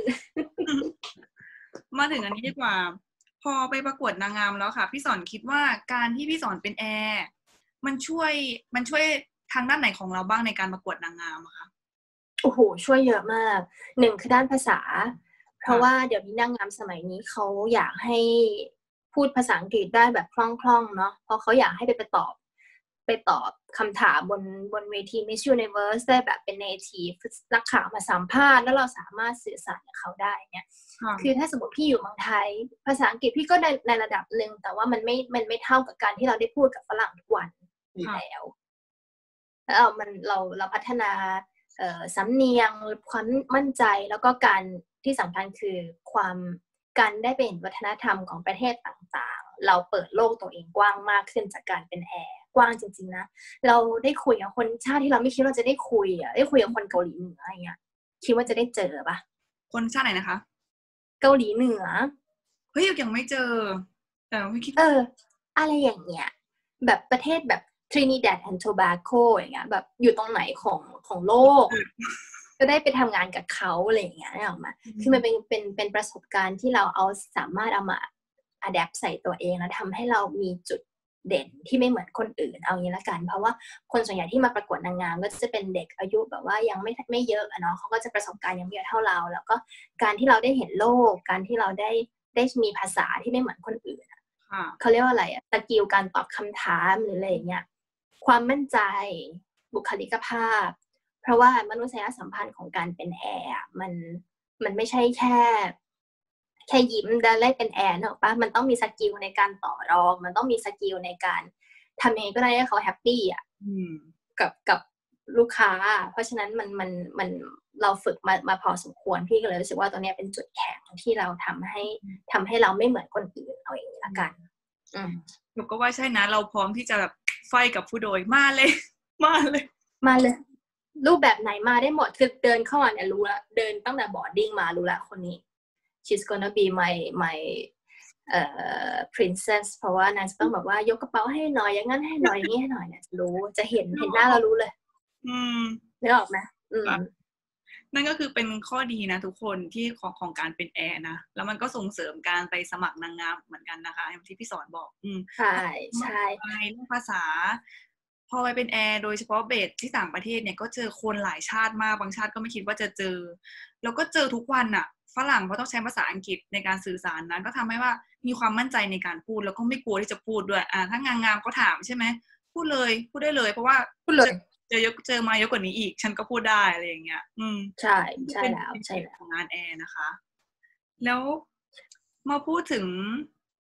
มาถึงอันนี้ดีกว่าพอไปประกวดนางงามแล้วค่ะพี่สอนคิดว่าการที่พี่สอนเป็นแอร์มันช่วยมันช่วยทางด้านไหนของเราบ้างในการประกวดนางงามคะโอ้โหช่วยเยอะมากหนึ่งคือด้านภาษาเพราะว่าเดี๋ยวนี้นางงามสมัยนี้เขาอยากให้พูดภาษาอังกฤษได้แบบคล่องๆเนาะเพราะเขาอยากให้ไปไปตอบไปตอบคำถามบนบนเวที Miss Universe ได้แบบเป็น native นักข่าวมาสัมภาษณ์แล้วเราสามารถสื่อสารกับเขาได้เนี่ยคือถ้าสมมติพี่อยู่เมืองไทยภาษาอังกฤษพี่ก็ในในระดับหนึ่งแต่ว่ามันไม่มันไม่เท่ากับการที่เราได้พูดกับฝรั่งทุกวันอยู่แล้วแล้วมันเราเราพัฒนาสำเนียงความมั่นใจแล้วก็การที่สำคัญคือความการได้ไปเห็นวัฒนธรรมของประเทศต่างๆเราเปิดโลกตัวเองกว้างมากขึ้นจากการเป็นแอร์กว้างจริงๆนะเราได้คุยกับคนชาติที่เราไม่คิดว่าจะได้คุยอ่ะได้คุยกับคนเกาหลีเหนืออะไรเงี้ยคิดว่าจะได้เจอปะคนชาติไหนนะคะเกาหลีเหนือเฮ้ยยังไม่เจอแต่ไม่คิดเอออะไรอย่างเงี้ยแบบประเทศแบบทรินิดัดแอนด์โทบาโกอย่างเงี้ยแบบอยู่ตรงไหนของของโลกก็ได้ไปทำงานกับเขาอะไรอย่างเงี้ยออกมาคือมันเป็นเป็นเป็นประสบการณ์ที่เราเอาสามารถเอามาอะแดปใส่ตัวเองแล้วทำให้เรามีจุดเด่นที่ไม่เหมือนคนอื่นเอางี้ละกันเพราะว่าคนส่วนใหญ่ที่มาประกวดนางงามก็จะเป็นเด็กอายุแบบว่ายังไม่ไม่เยอะอะเนาะเขาก็จะประสบการณ์ยังไม่เยอะเท่าเราแล้วก็การที่เราได้เห็นโลกการที่เราได้ได้มีภาษาที่ไม่เหมือนคนอื่นเขาเรียกว่าอะไรอะสกิลการตอบคำถามหรืออะไรอย่างเงี้ยความมั่นใจบุคลิกภาพเพราะว่ามนุษยสัมพันธ์ของการเป็นแอร์มันมันไม่ใช่แค่แค่ยิ้มได้เล่นเป็นแอร์หรอกปะมันต้องมีสกิลในการต่อรองมันต้องมีสกิลในการทำยังไงก็ได้ให้เขาแฮปปี้อ่ะกับกับลูกค้าเพราะฉะนั้นมันมันมันเราฝึกมามาพอสมควรพี่ก็เลยรู้สึกว่าตัวนี้เป็นจุดแข็งที่เราทำให้ทำให้เราไม่เหมือนคนอื่นเอาอย่างนี้ละกันอืมหนูก็ว่าใช่นะเราพร้อมที่จะแบบไฟกับผู้โดยมาเลยมาเลยมาเลยรูปแบบไหนมาได้หมดคือเดินเข้ามาเนี่ยรู้ละเดินตั้งแต่บอร์ดดิ้งมารู้ละคนนี้ she's gonna be my my เอ่อ princess เพราะว่านางจะต้องแบบว่ายกกระเป๋าให้หน่อยอย่างนั้นให้หน่อยอย่างนี้ให้หน่อยเนี่ยจะรู้จะเห็นเห็นหน้าเรารู้เลยอืมนึกออกไหมอืมนั่นก็คือเป็นข้อดีนะทุกคนที่ของของการเป็นแอร์นะแล้วมันก็ส่งเสริมการไปสมัครนางงามเหมือนกันนะคะอย่างที่พี่สอนบอกอืมใช่ใช่เรื่องภาษาพอไปเป็นแอร์โดยเฉพาะเบสที่ต่างประเทศเนี่ยก็เจอคนหลายชาติมากบางชาติก็ไม่คิดว่าจะเจอแล้วก็เจอทุกวันอะฝรั่งเขาต้องใช้ภาษาอังกฤษในการสื่อสารนั้นก็ทำให้ว่ามีความมั่นใจในการพูดแล้วก็ไม่กลัวที่จะพูดด้วยอ่าถ้างานงามก็ถามใช่ไหมพูดเลยพูดได้เลยเพราะว่าพูดเลยเจอเยอะเจอมาเยอะกว่านี้อีกฉันก็พูดได้อะไรอย่างเงี้ยอืมใช่ใช่แล้วใช่แล้วงานแอร์นะคะแล้วมาพูดถึง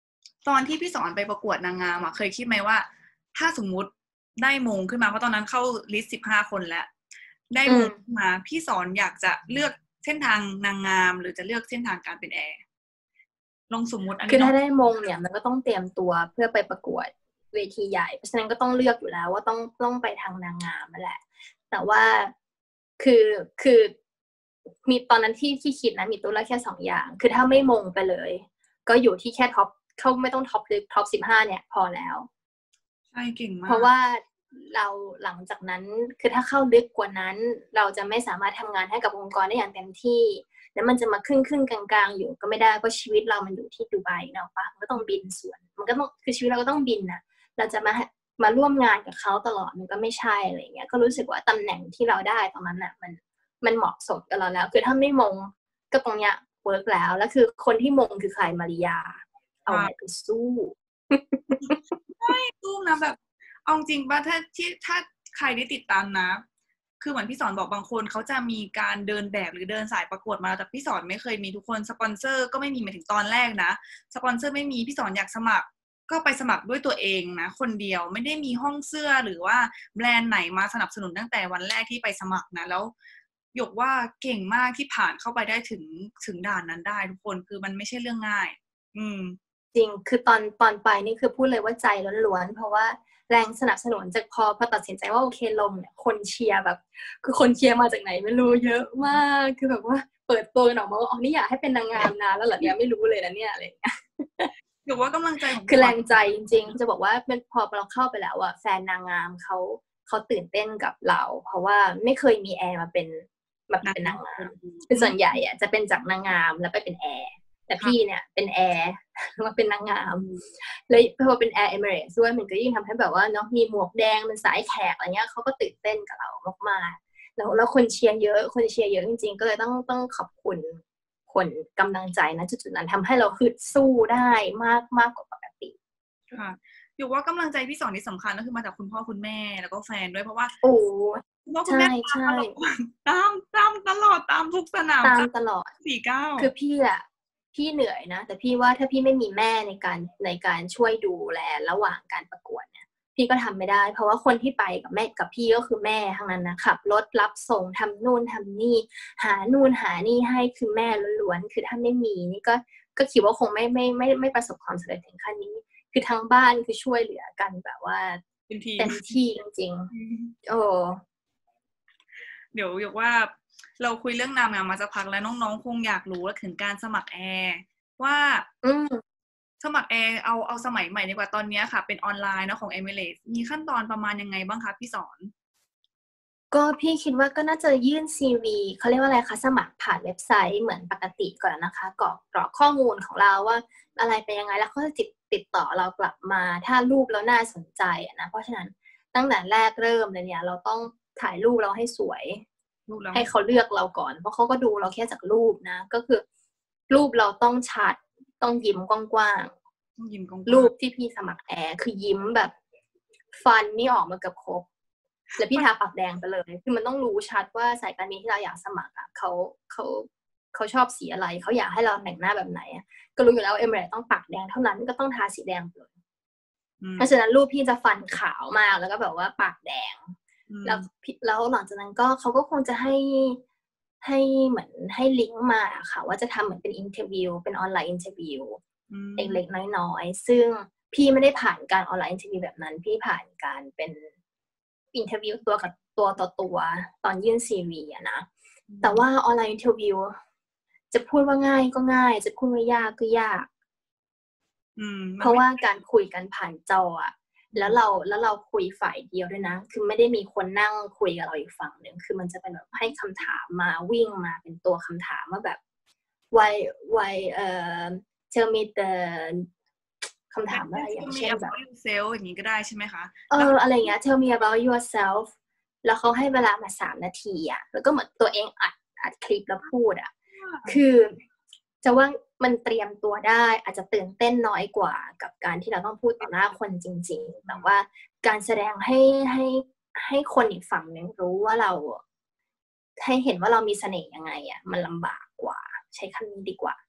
ตอนที่พี่สอนไปประกวดนางงามอ่ะเคยคิดไหมว่าถ้าสมมุติได้มงขึ้นมาเพราะตอนนั้นเข้าลิสต์สิบห้าคนแล้วได้มงมาพี่สอนอยากจะเลือกเส้นทางนางงามหรือจะเลือกเส้นทางการเป็นแอร์ลองสมมุติอันนี้คือถ้าได้มงเนี่ยมันก็ต้องเตรียมตัวเพื่อไปประกวดเวทีใหญ่เพราะฉะนั้นก็ต้องเลือกอยู่แล้วว่าต้องต้องไปทางนางงามนั่นแหละแต่ว่าคือคือมีตอนนั้นที่ที่คิดนะมีตัวเลือกแค่สองอย่างคือถ้าไม่มงไปเลยก็อยู่ที่แค่ท็อปเขาไม่ต้องท็อปเลยท็อปสิบห้าเนี่ยพอแล้วใช่เก่งมากเพราะว่าเราหลังจากนั้นคือถ้าเข้าลึกกว่านั้นเราจะไม่สามารถทำงานให้กับองค์กรได้อย่างเต็มที่แล้วมันจะมาครึ่งครึ่งกลางๆอยู่ก็ไม่ได้เพราะชีวิตเรามันอยู่ที่ดูไบเนาะปะมันก็ต้องบินสวนมันก็ต้องคือชีวิตเราก็ต้องบินน่ะเราจะมามาร่วมงานกับเขาตลอดมันก็ไม่ใช่อะไรเงี้ยก็รู้สึกว่าตำแหน่งที่เราได้ตรงนั้นน่ะมันมันเหมาะสมกับเราแล้วคือถ้าไม่มงก็ตรงเนี้ยเวิร์กแล้วแล้วคือคนที่มงคือใครมาริยาเอาอะไรไปสู้ไม่สู้นะแบบเอาจริงป่ะถ้าที่ถ้าใครได้ติดตามนะคือเหมือนพี่สอนบอกบางคนเขาจะมีการเดินแบบหรือเดินสายประกวดมาแต่พี่สอนไม่เคยมีทุกคนสปอนเซอร์ก็ไม่มีหมายถึงตอนแรกนะสปอนเซอร์ไม่มีพี่สอนอยากสมัครก็ไปสมัครด้วยตัวเองนะคนเดียวไม่ได้มีห้องเสื้อหรือว่าแบรนด์ไหนมาสนับสนุนตั้งแต่วันแรกที่ไปสมัครนะแล้วหยกว่าเก่งมากที่ผ่านเข้าไปได้ถึงถึงด่านนั้นได้ทุกคนคือมันไม่ใช่เรื่องง่าย อืมจริงคือตอนตอนไปนี่คือพูดเลยว่าใจล้วนๆเพราะว่าแรงสนับสนุนจากพอพอตัดสินใจว่าโอเคลงเนี่ยคนเชียร์แบบคือคนเชียร์มาจากไหนไม่รู้เยอะมากคือแบบว่าเปิดตัวกันออกมาว่าอ๋อนี่อยากให้เป็นนางงามนานแล้วเหรอเนี่ยไม่รู้เลยนะเนี่ยอะไรอย่างเงี้ยหรือว่ากำลังใจของคือแรงใจจริงๆจะบอกว่าเป็นพอเราเข้าไปแล้วอะแฟนนางงามเขาเขาตื่นเต้นกับเราเพราะว่าไม่เคยมีแอร์มาเป็นมาเป็นนางงามคือส่วนใหญ่อะจะเป็นจากนางงามแล้วไปเป็นแอร์แต่พี่เนี่ยเป็นแอร์มาเป็นนางงามเลยพอเป็นแอร์เอมิเรตส์ด้วยมันก็ยิ่งทำให้แบบว่าเนาะมีหมวกแดงเป็นสายแขกอะไรเงี้ยเขาก็ตื่นเต้นกับเรามากๆแล้วแล้วคนเชียร์เยอะคนเชียร์เยอะจริงๆก็เลยต้องต้องขอบคุณคนกำลังใจนะจุดๆนั้นทำให้เราฮึดสู้ได้มากมากกว่าปกติค่ะอยู่ว่ากำลังใจพี่สอนที่สำคัญก็คือมาจากคุณพ่อคุณแม่แล้วก็แฟนด้วยเพราะว่าโอ้คุณพ่อคุณแม่ตามตลอดตามตามตลอดตามทุกสนามตามตลอดสี่เก้าคือพี่อะพี่เหนื่อยนะแต่พี่ว่าถ้าพี่ไม่มีแม่ในการในการช่วยดูแลระหว่างการประกวดเนี่ยพี่ก็ทำไม่ได้เพราะว่าคนที่ไปกับแม่กับพี่ก็คือแม่ทั้งนั้นนะขับรถรับส่งทำนู่นทำนี่หานู่นหานี่ให้คือแม่ล้วนๆคือถ้าไม่มีนี่ก็ก็คิดว่าคงไม่ไม่ไม่ไม่ประสบความสำเร็จถึงขั้นนี้คือทั้งบ้านคือช่วยเหลือกันแบบว่าเต็มที่จริงๆโอ้เดี๋ยวอยากว่าเราคุยเรื่องนางงามมาสักพักแล้วน้องๆคงอยากรู้ถึงการสมัครแอร์ว่าสมัครแอร์เอาเอาสมัยใหม่ดีกว่าตอนนี้ค่ะเป็นออนไลน์นะของ Emirates มีขั้นตอนประมาณยังไงบ้างคะพี่สอนก็พี่คิดว่าก็น่าจะยื่น ซี วี เขาเรียกว่าอะไรคะสมัครผ่านเว็บไซต์เหมือนปกติก่อนนะคะกรอกกรอกข้อมูลของเราว่าอะไรเป็นยังไงแล้วเขาจะติดติดต่อเรากลับมาถ้ารูปแล้วน่าสนใจนะเพราะฉะนั้นตั้งแต่แรกเริ่มเลยเนี่ยเราต้องถ่ายรูปเราให้สวยให้เขาเลือกเราก่อนเพราะเขาก็ดูเราแค่จากรูปนะก็คือรูปเราต้องชัดต้องยิ้มกว้างๆรูปที่พี่สมัครแอร์คือยิ้มแบบฟันนี่ออกมาเกือบครบแล้วพี่ทาปากแดงไปเลยคือมันต้องรู้ชัดว่าสายการบินที่เราอยากสมัครอ่ะเขาเขาเขาชอบสีอะไรเขาอยากให้เราแต่งหน้าแบบไหนก็รู้อยู่แล้วเอมิเรตส์ต้องปากแดงเท่านั้นก็ต้องทาสีแดงเลยเพราะฉะนั้นรูปพี่จะฟันขาวมากแล้วก็แบบว่าปากแดงแล้วแล้วหลังจากนั้นก็เขาก็คงจะให้ให้เหมือนให้ลิงก์มาค่ะว่าจะทำเหมือนเป็นอินเทอร์วิวเป็นออนไลน์อินเทอร์วิวเล็กๆน้อยๆซึ่งพี่ไม่ได้ผ่านการออนไลน์อินเทอร์วิวแบบนั้นพี่ผ่านการเป็นอินเทอร์วิวตัวกับตัวต่อตัวตอนยื่น ซี วี อะนะแต่ว่าออนไลน์อินเทอร์วิวจะพูดว่าง่ายก็ง่ายจะพูดว่ายากก็ยากเพราะว่าการคุยกันผ่านจออะแล้วเราแล้วเราคุยฝ่ายเดียวด้วยนะคือไม่ได้มีคนนั่งคุยกับเราอีกฝั่งหนึ่งคือมันจะเป็นแบบให้คำถามมาวิ่งมาเป็นตัวคำถามว่าแบบ why why เอ่อ tell me the คำถามอะไรอย่างเช่นแบบ yourself อย่างนี้ก็ได้ใช่ไหมคะเอออะไรเงี้ย tell me about yourself แล้วเขาให้เวลามาสามนาทีอ่ะแล้วก็เหมือนตัวเองอัดอัดคลิปแล้วพูดอ่ะคือจะว่ามันเตรียมตัวได้อาจจะตื่นเต้นน้อยกว่ากับการที่เราต้องพูดต่อหน้าคนจริงๆแต่ว่าการแสดงให้ให้ให้คนอีกฝั่งนึงรู้ว่าเราให้เห็นว่าเรามีเสน่ห์ยังไงอ่ะมันลำบากกว่าใช้คำนี้ดีกว่า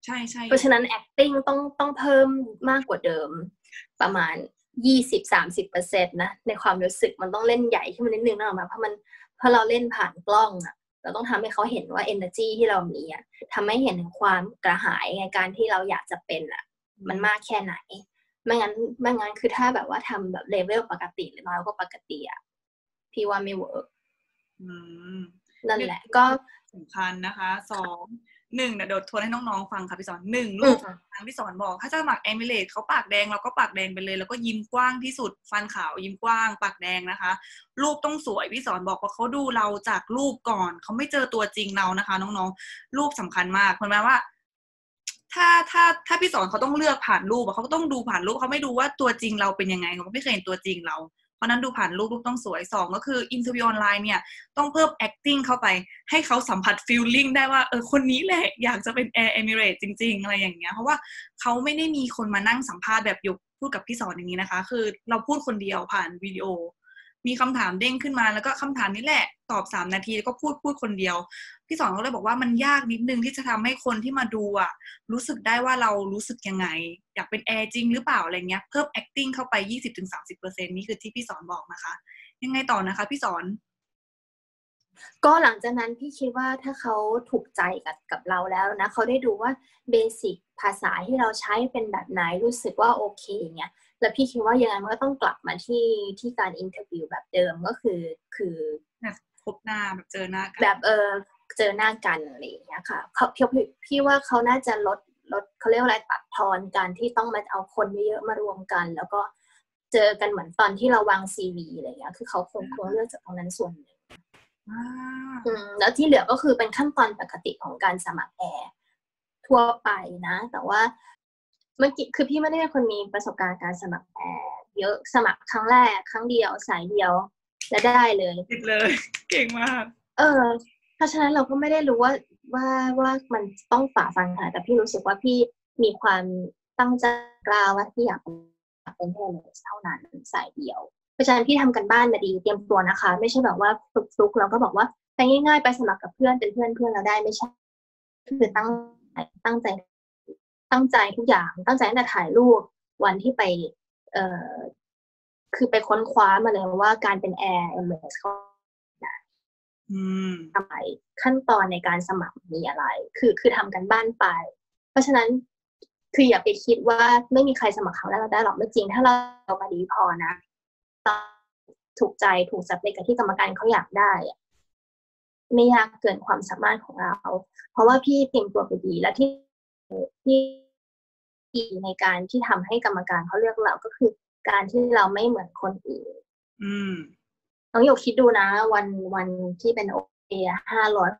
ใช่ใช่เพราะฉะนั้น acting ต้องต้องเพิ่มมากกว่าเดิมประมาณ ยี่สิบถึงสามสิบเปอร์เซ็นต์ นะในความรู้สึกมันต้องเล่นใหญ่ขึ้นมานิดนึงนะออกมาเพราะมันเพราะเราเล่นผ่านกล้องอะเราต้องทำให้เขาเห็นว่า energy ที่เรามีอะทำให้เห็นถึงความกระหายในการที่เราอยากจะเป็นอะมันมากแค่ไหนไม่งั้นไม่งั้นคือถ้าแบบว่าทำแบบเลเวลปกติหรือน้อยกว่าปกติอะพี่ว่าไม่เวิร์กนั่นแหละก็สำคัญนะคะสองหนึ่งเดี๋ยวทวนให้น้องๆฟังค่ะพี่สอนหนึ่งรูปทางพี่สอนบอกถ้าจะสมัครเอมิเรตเขาปากแดงเราก็ปากแดงไปเลยแล้วก็ยิ้มกว้างที่สุดฟันขาวยิ้มกว้างปากแดงนะคะรูปต้องสวยพี่สอนบอกว่าเขาดูเราจากรูปก่อนเขาไม่เจอตัวจริงเรานะคะน้องๆรูปสำคัญมากเหมือนแม้ว่าถ้าถ้าถ้าพี่สอนเขาต้องเลือกผ่านรูปเขาก็ต้องดูผ่านรูปเขาไม่ดูว่าตัวจริงเราเป็นยังไงเขาไม่เคยเห็นตัวจริงเราเพราะนั้นดูผ่านรูปรูปต้องสวยสองก็คืออินเทอร์วิวออนไลน์เนี่ยต้องเพิ่ม acting เข้าไปให้เขาสัมผัส feeling ได้ว่าเออคนนี้แหละอยากจะเป็น Air Emirates จริงๆอะไรอย่างเงี้ยเพราะว่าเขาไม่ได้มีคนมานั่งสัมภาษณ์แบบยกพูดกับพี่สอนอย่างนี้นะคะคือเราพูดคนเดียวผ่านวิดีโอมีคำถามเด้งขึ้นมาแล้วก็คำถามนี้แหละตอบสามนาทีแล้วก็พูดพูดคนเดียวพี่สอนเขาเลยบอกว่ามันยากนิดนึงที่จะทำให้คนที่มาดูอ่ะรู้สึกได้ว่าเรารู้สึกยังไงอยากเป็นแอร์จริงหรือเปล่าอะไรเงี้ยเพิ่ม acting เข้าไป ยี่สิบถึงสามสิบเปอร์เซ็นต์ นี่คือที่พี่สอนบอกนะคะยังไงต่อนะคะพี่สอนก็หลังจากนั้นพี่คิดว่าถ้าเขาถูกใจกับกับเราแล้วนะเขาได้ดูว่าเบสิกภาษาที่เราใช้เป็นแบบไหนรู้สึกว่าโอเคเงี้ยแล้วพี่คิดว่ายังไงมันก็ต้องกลับมาที่ที่การอินเทอร์วิวแบบเดิมก็คือคือแบบพบหน้าแบบเจอหน้ากันแบบเออเจอหน้ากันอะไรอย่างเงี้ยค่ะเขาพี่พี่ว่าเขาน่าจะลดลดเขาเรียกว่าอะไรตัดทอนการที่ต้องมาเอาคนเยอะๆมารวมกันแล้วก็เจอกันเหมือนตอนที่เราวางซีวีอะไรอย่างเงี้ยคือเขาคงคงเลือกจากตรงนั้นส่วนหนึ่งอืมแล้วที่เหลือก็คือเป็นขั้นตอนปกติของการสมัครแอร์ทั่วไปนะแต่ว่าเมื่อกี้คือพี่ไม่ได้เป็นคนมีประสบการณ์การสมัครแอร์เยอะสมัครครั้งแรกครั้งเดียวสายเดียวและได้เลยติดเลยเก่งมากเออเพราะฉะนั้นเราก็ไม่ได้รู้ว่าว่าว่ามันต้องฝ่าฟันค่ะแต่พี่รู้สึกว่าพี่มีความตั้งใจกล้าว่าที่อยากเป็นแค่เลยเท่านั้นสายเดียวเพราะฉะนั้นพี่ทำกันบ้านมาดีเตรียมตัวนะคะไม่ใช่แบบว่าฟลุกๆเราก็บอกว่าไปง่ายๆไปสมัครกับเพื่อนเป็นเพื่อนเพื่อนเราได้ไม่ใช่คือตั้งตั้งใจตั้งใจทุกอย่างตั้งใจตั้งแต่ถ่ายรูปวันที่ไปเอ่อคือไปค้นคว้ามาเลยว่าการเป็นแอร์เอเมอเรตส์ทำไมขั้นตอนในการสมัครมีอะไรคือคือทำกันบ้านไปเพราะฉะนั้นคืออย่าไปคิดว่าไม่มีใครสมัครเขาได้เราได้หรอกไม่จริงถ้าเรามาดีพอนะถูกใจถูกสเปคกับที่กรรมการเขาอยากได้ไม่ยากเกินความสามารถของเราเพราะว่าพี่เตรียมตัวไปดีและที่ที่ดีในการที่ทำให้กรรมการเขาเลือกเราก็คือการที่เราไม่เหมือนคนอื่นน้องหยกคิดดูนะวันวันที่เป็นโอเอห้าร้อย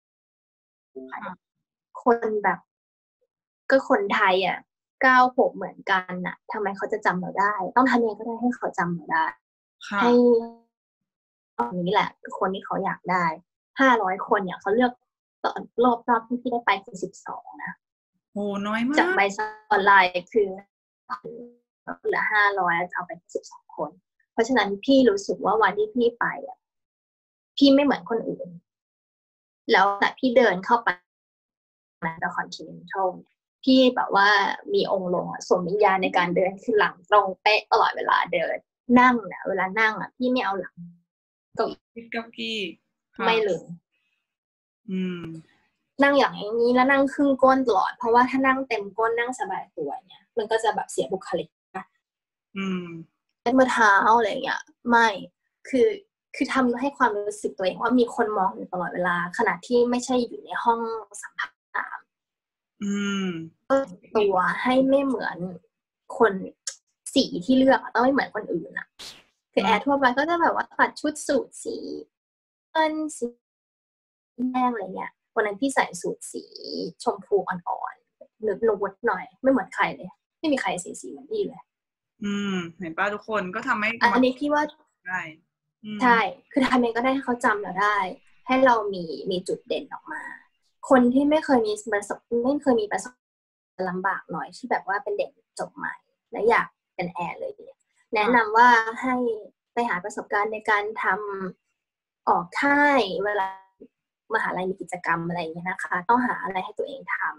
คนแบบก็คนไทยอ่ะเก้าหกเหมือนกันน่ะทำไมเขาจะจำเราได้ต้องทำยังไงก็ได้ให้เขาจำเราได้ให้ตอนนี้แหละคือคนที่เขาอยากได้ห้าร้อยคนเนี่ยเขาเลือกตอนรอบรอบที่พี่ได้ไปคือสิบสองนะโอ้น้อยมากจากใบสมัครออนไลน์คือเหลือห้าร้อยเอาไปสิบสองคนเพราะฉะนั้นพี่รู้สึกว่าวันที่พี่ไปอ่ะพี่ไม่เหมือนคนอื่นแล้วแต่พี่เดินเข้าไปใน The Continental พี่แบบว่ามีองค์ลงอ่ะสวมวิญญาณในการเดินคือหลังตรงเป๊ะตลอดเวลาเดินนั่งเนี่ยเวลานั่งอ่ะพี่ไม่เอาหลังเก้าอี้เก้าอี้ไม่เลยอืมนั่งอย่างนี้แล้วนั่งครึ่งก้นตลอดเพราะว่าถ้านั่งเต็มก้นนั่งสบายตัวเนี่ยมันก็จะแบบเสียบุคลิกนะอืมเล่นมือเท้าอะไรอย่างเงี้ยไม่คือคือทำให้ความรู้สึกตัวเองว่ามีคนมองอยู่ตลอดเวลาขณะที่ไม่ใช่อยู่ในห้องสัมภาษณ์อืมตัวให้ไม่เหมือนคนสีที่เลือกต้องไม่เหมือนคนอื่นอ่ะคือแอร์ทั่วไปก็จะแบบว่าตัดชุดสูทสีเงินสีแดงอะไรเงี้ยวันนั้นพี่ใส่สูทสีชมพูอ่อนๆนึกนูดหน่อยไม่เหมือนใครเลยไม่มีใครสีสีเหมือนพี่เลยอืมเห็นป่ะทุกคนก็ทำให้อันนี้พี่ว่าได้ใช่คือทำเองก็ได้ให้เขาจำเราได้ให้เรามีมีจุดเด่นออกมาคนที่ไม่เคยมีประสบไม่เคยมีประสบลำบากหน่อยที่แบบว่าเป็นเด็กจบใหม่และอยากเป็นแอร์เลยแนะนำว่าให้ไปหาประสบการณ์ในการทำออกค่ายเวลามหาลัยมีกิจกรรมอะไรอย่างเงี้ยนะคะต้องหาอะไรให้ตัวเองท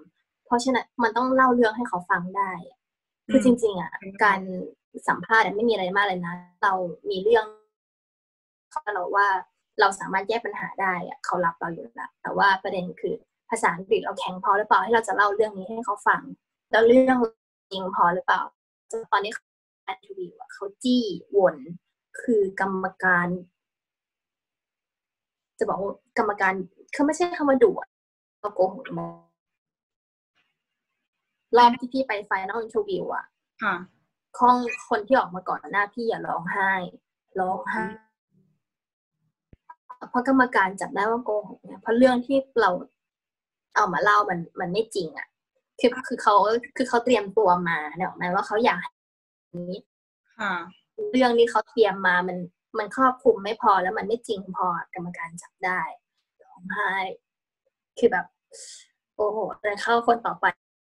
เพราะฉะนั้นมันต้องเล่าเรื่องให้เขาฟังได้คือจริงๆอ่ะการสัมภาษณ์ไม่มีอะไรมากเลยนะเรามีเรื่องเขาเราว่าเราสามารถแก้ปัญหาได้อะเขารับเราอยู่แล้วแต่ว่าประเด็นคือภาษาอังกฤษเราแข็งพอหรือเปล่าให้เราจะเล่าเรื่องนี้ให้เขาฟังแล้วเรื่องจริงพอหรือเปล่าตอนนี้การทีวีอ่ะเขาจี้วนคือกรรมการจะบอกว่ากรรมการคือไม่ใช่คำว่าดุเราโกหกมารอบที่พี่ไปไฟนอลอินเทอร์วิวอ่ะของคนที่ออกมาก่อนหน้าพี่อย่าร้องไห้ร้องไห้เพราะกรรมการจับได้ว่าโกหกเนี่ยเพราะเรื่องที่เราเอามาเล่ามันมันไม่จริงอ่ะคือคือเขาคือเขาเตรียมตัวมาเนี่ยหมายว่าเขาอยากนี้เรื่องนี้เขาเตรียมมามันมันครอบคลุมไม่พอแล้วมันไม่จริงพอกรรมการจับได้ร้องไห้คือแบบโอ้โหแต่เข้าคนต่อไป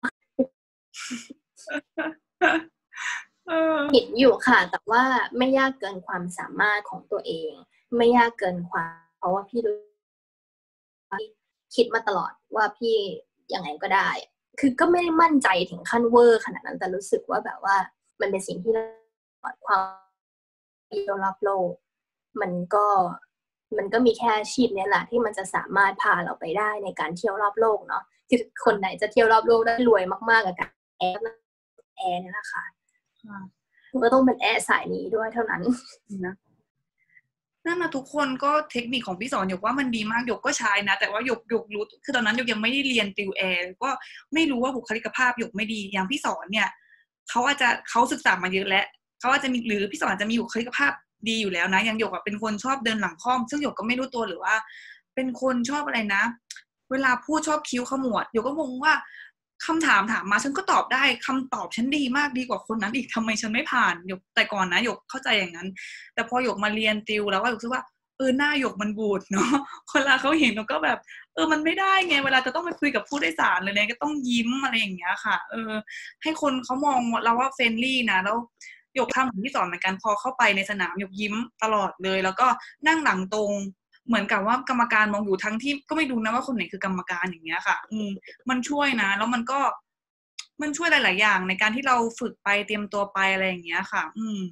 เห็นอยู่ค่ะแต่ว่าไม่ยากเกินความสามารถของตัวเองไม่ยากเกินความเพราะว่าพี่รู้คิดมาตลอดว่าพี่ยังไงก็ได้คือก็ไม่ได้มั่นใจถึงขั้นเวอร์ขนาดนั้นแต่รู้สึกว่าแบบว่ามันเป็นสิ่งที่ความยอมรับโลกมันก็มันก็มีแค่อาชีพนี้แหละที่มันจะสามารถพาเราไปได้ในการเที่ยวรอบโลกเนาะคือคนไหนจะเที่ยวรอบโลกได้รวยมากๆกับการแอร์แอร์นี่แหละค่ะก็ต้องเป็นแอร์สายนี้ด้วยเท่านั้นนะนั่นนะทุกคนก็เทคนิคของพี่สอนหยกว่ามันดีมากหยกก็ใช้นะแต่ว่าหยกหยกรู้คือตอนนั้นหยกยังไม่ได้เรียนติวแอร์ก็ไม่รู้ว่าบุคลิกภาพหยกไม่ดีอย่างพี่สอนเนี่ยเขาอาจจะเขาศึกษามาเยอะแล้วเขาอาจจะมีหรือพี่สอนอาจจะมีบุคลิกภาพดีอยู่แล้วนะอย่างหยกเป็นคนชอบเดินหลังค่อมซึ่งหยกก็ไม่รู้ตัวหรือว่าเป็นคนชอบอะไรนะเวลาพูดชอบคิ้วขมวดหยกก็งงว่าคำถามถามมาฉันก็ตอบได้คำตอบฉันดีมากดีกว่าคนนั้นอีกทำไมฉันไม่ผ่านหยกแต่ก่อนนะหยกเข้าใจอย่างนั้นแต่พอหยกมาเรียนติวแล้วว่าหยกคิดว่าเออหน้าหยกมันบูดเนาะคนละเขาเห็นหยกก็แบบเออมันไม่ได้ไงเวลาจะต้องไปคุยกับผู้โดยสารเลยเนี่ยก็ต้องยิ้มอะไรอย่างเงี้ยค่ะเออให้คนเขามองเราว่าเฟรนลี่นะแล้วหยกทำเหมือนที่สอนเหมือนกันพอเข้าไปในสนามหยกยิ้มตลอดเลยแล้วก็นั่งหลังตรงเหมือนกับว่ากรรมการมองอยู่ทั้งที่ก็ไม่ดูนะว่าคนไหนคือกรรมการอย่างเงี้ยค่ะอืมมันช่วยนะแล้วมันก็มันช่วยหลายๆอย่างในการที่เราฝึกไปเตรียมตัวไปอะไรอย่างเงี้ยค่ะอืม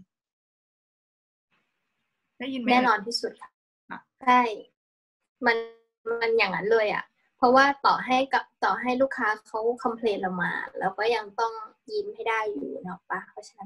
ได้ยินไหมแน่นอนที่สุดค่ะใช่มันมันอย่างนั้นเลยอ่ะเพราะว่าต่อให้กับต่อให้ลูกค้าเขาคอมเพลนเรามาแล้วก็ยังต้องยิ้มให้ได้อยู่เนาะปะเพราะฉะนั้น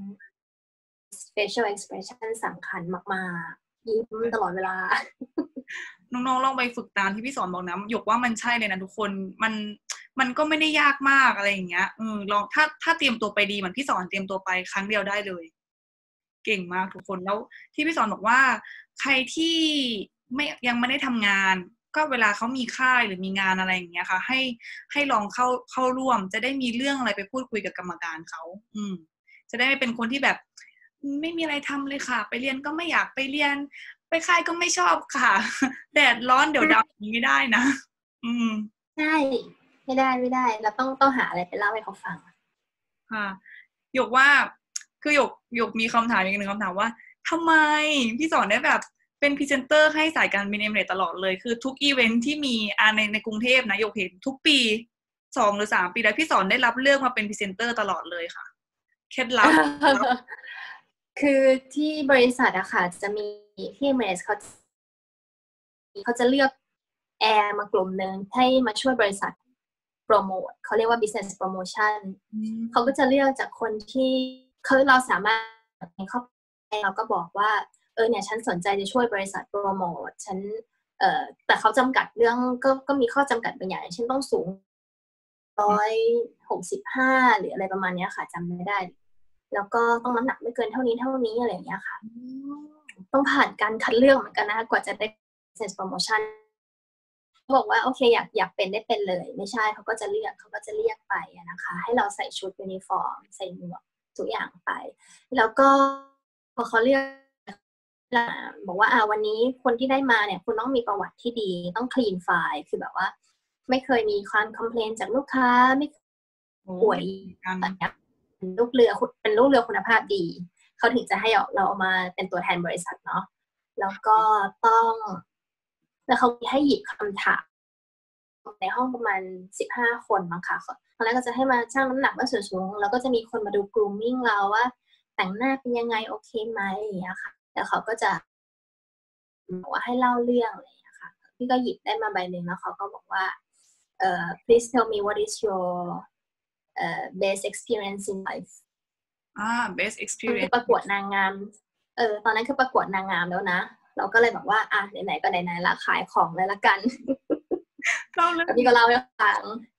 facial expression สำคัญมากๆยิ้มตลอดเวลาน้องๆลองไปฝึกตามที่พี่สอนบอกนะหยกว่ามันใช่เลยนะทุกคนมันมันก็ไม่ได้ยากมากอะไรอย่างเงี้ยเออลองถ้าถ้าเตรียมตัวไปดีเหมือนพี่สอนเตรียมตัวไปครั้งเดียวได้เลยเก่งมากทุกคนแล้วที่พี่สอนบอกว่าใครที่ไม่ยังไม่ได้ทำงานก็เวลาเขามีค่ายหรือมีงานอะไรอย่างเงี้ยค่ะให้ให้ลองเข้าเข้าร่วมจะได้มีเรื่องอะไรไปพูดคุยกับกรรมการเขาอืมจะได้ไม่เป็นคนที่แบบไม่มีอะไรทำเลยค่ะไปเรียนก็ไม่อยากไปเรียนไปค่ายก็ไม่ชอบค่ะแดดร้อนเดี๋ยวดำไม่ได้นะอืมใช่ไม่ได้ไม่ได้เราต้องต้องหาอะไรไปเล่าให้เขาฟังค่ะหยกว่าคือหยกหยกมีคำถามอีกหนึ่งคำถามว่าทำไมพี่สอนได้แบบเป็นพรีเซนเตอร์ให้สายการบินเอมิเรตส์ตลอดเลยคือทุกอีเวนท์ที่มีอ่าในในกรุงเทพนะหยกเห็นทุกปีสองหรือสามปีแล้วพี่สอนได้รับเลือกมาเป็นพรีเซนเตอร์ตลอดเลยค่ะเคล็ดลับคือที่บริษัทอะค่ะจะมีที่เอมิเรตส์เขาเขาจะเลือกแอร์มากลุ่มหนึ่งให้มาช่วยบริษัทโปรโมทเขาเรียกว่า business promotion เขาก็จะเลือกจากคนที่เขาเราสามารถเข้าไปเราก็บอกว่าเออเนี่ยฉันสนใจจะช่วยบริษัทโปรโมทฉันเอ่อแต่เขาจำกัดเรื่องก็ก็มีข้อจำกัดบางอย่างเช่นต้องสูงร้อยหกสิบห้าหรืออะไรประมาณนี้ค่ะจำไม่ได้แล้วก็ต้องน้ำหนักไม่เกินเท่านี้เท่านี้อะไรอย่างเงี้ยค่ะต้องผ่านการคัดเลือกเหมือนกันนะคะกว่าจะได้ business promotion บอกว่าโอเคอยากอยากเป็นได้เป็นเลยไม่ใช่เขาก็จะเรียกเขาก็จะเรียกไปนะคะให้เราใส่ชุดยูนิฟอร์มใส่หมวกทุกอย่างไปแล้วก็พอเขาเรียกบอกว่าอ่าวันนี้คนที่ได้มาเนี่ยคุณต้องมีประวัติที่ดีต้องคลีนไฟล์คือแบบว่าไม่เคยมีความคอมเพลนจากลูกค้าไม่ป่วยเป็นลูกเรือเป็นลูกเรือคุณภาพดีเขาถึงจะให้เราเอามาเป็นตัวแทนบริษัทเนาะแล้วก็ต้องแล้วเขาให้หยิบคำถามในห้องประมาณสิบห้าคนมั้งค่ะตอนแรกก็จะให้มาชั่งน้ำหนักว่าส่วนสูงแล้วก็จะมีคนมาดู grooming เราว่าแต่งหน้าเป็นยังไงโอเคไหมอย่างเงี้ยค่ะแล้วเขาก็จะบอกว่าให้เล่าเรื่องอะไรอย่างเงี้ยค่ะพี่ก็หยิบได้มาใบหนึ่งแล้วเขาก็บอกว่าเอ่อ please tell me what is your uh, best experience in life อ่า best คือ experience ประกวดนางงามเออตอนนั้นคือประกวดนางงามแล้วนะเราก็เลยบอกว่าอ่ะไหนๆก็ไหนๆละขายของเลยละกันเล่าเรื่องแล้วพี่ก็เล่าให้ฟัง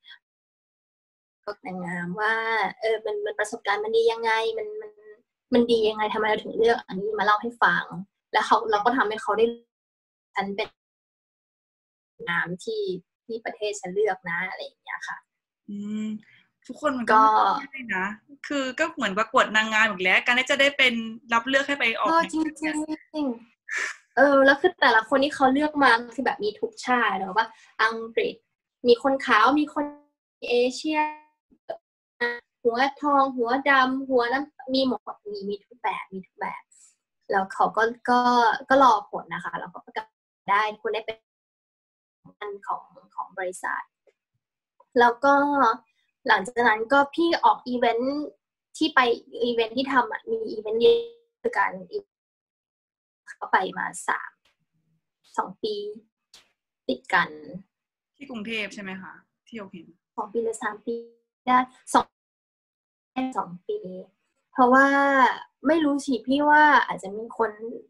นางงามว่าเออมันมันประสบการณ์มันดียังไงมันมันมันดียังไงทำไมเราถึงเลือกอันนี้มาเล่าให้ฟังแล้วเขาเราก็ทำให้เขาได้ฉันเป็นงามที่ที่ประเทศฉันเลือกนะอะไรอย่างเงี้ยค่ะอืมทุกคนมันก็ไม่ได้นะคือก็เหมือนประกวดนางงามอีกแล้วการที่จะได้เป็นรับเลือกให้ไปออกจริงจริงเออแล้วคือแต่ละคนที่เขาเลือกมาคือแบบมีทุกชาติหรือว่าอังกฤษมีคนขาวมีคนเอเชียหัวทองหัวดำหัวน้ำมีหมดมีมีทุกแบบมีทุกแบบแล้วเขาก็ก็ก็รอผลนะคะแล้วก็ประกาศได้คุณได้เป็นอันของของบริษัทแล้วก็หลังจากนั้นก็พี่ออกอีเวนท์ที่ไปอีเวนท์ที่ทำอ่ะมีอีเวนท์เยอะกันเขาไปมาสามสองปีติดกันที่กรุงเทพใช่ไหมคะที่เราเห็นสองปีหรือสามปีได้สองสองปีเพราะว่าไม่รู้สิพี่ว่าอาจจะมีคน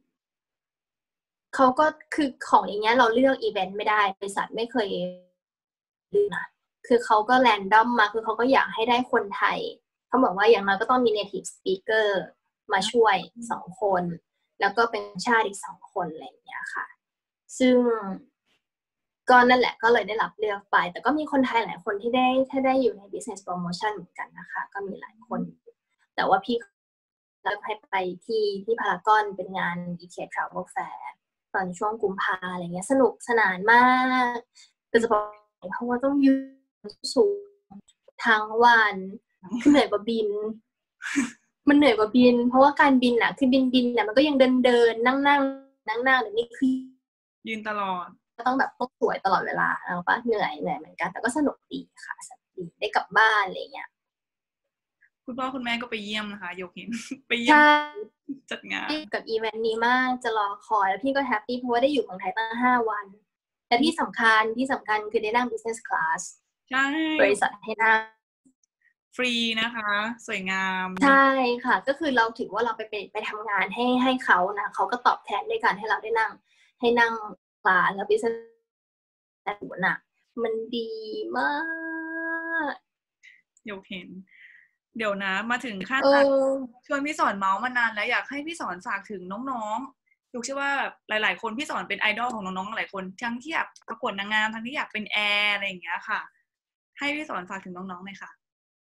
เขาก็คือของอย่างเงี้ยเราเลือกอีเวนต์ไม่ได้บริษัทไม่เคยเลือกนะคือเขาก็แรนดอมมาคือเขาก็อยากให้ได้คนไทยเขาบอกว่าอย่างน้อยก็ต้องมี native speaker มาช่วยสองคนแล้วก็เป็นชาติอีกสองคนอะไรอย่างเงี้ยค่ะซึ่งก็นั่นแหละก็เลยได้รับเลือกไปแต่ก็มีคนไทยหลายคนที่ได้ถ้าได้อยู่ใน business promotion เหมือนกันนะคะก็มีหลายคนแต่ว่าพี่แล้วให้ไปที่ที่พารากอนเป็นงาน IKEA Travel Fair ตอนช่วงกุมภาอะไรเงี้ยสนุกสนานมากแต่จะบอกเพราะว่าต้องยืนสูงทั้งวันเหนื่อยกว่าบินมันเหนื่อยกว่าบินเพราะว่าการบินอ่ะคือบินบินเนี่ยมันก็ยังเดินเดินนั่งนั่งนั่งนั่งหรือนี่คือยืนตลอดก็ต้องแบบต้องสวยตลอดเวลาเอาปะเหนื่อยเหนื่อยเหมือนกันแต่ก็สนุกดีค่ะสนุกดีได้กลับบ้านอะไรเงี้ยคุณพ่อคุณแม่ก็ไปเยี่ยมนะคะยกเห็นไปเยี่ยมจัดงานกับอีเวนต์นี้มากจะรอคอยแล้วพี่ก็แฮปปี้เพราะว่าได้อยู่เมืองไทยตั้งห้าวันและที่สำคัญที่สำคัญคือได้นั่ง business class ใช่บริษัทให้นั่งฟรีนะคะสวยงามใช่ค่ะก็คือเราถือว่าเราไปไปไปทำงานให้ให้เขานะเขาก็ตอบแทนด้วยการให้เราได้นั่งให้นั่งคลาสแล้ว business แต่หัวหนักมันดีมากยกเห็นเดี๋ยวนะมาถึงขั้นชวนพี่สอนเมาส์มานานแล้วอยากให้พี่สอนฝากถึงน้องๆยกเชื่อว่าหลายๆคนพี่สอนเป็นไอดอลของน้องๆหลายคนทั้งที่อยากประกวดนางงามทั้งที่อยากเป็นแอร์อะไรอย่างเงี้ยค่ะให้พี่สอนฝากถึงน้องๆหน่อยค่ะ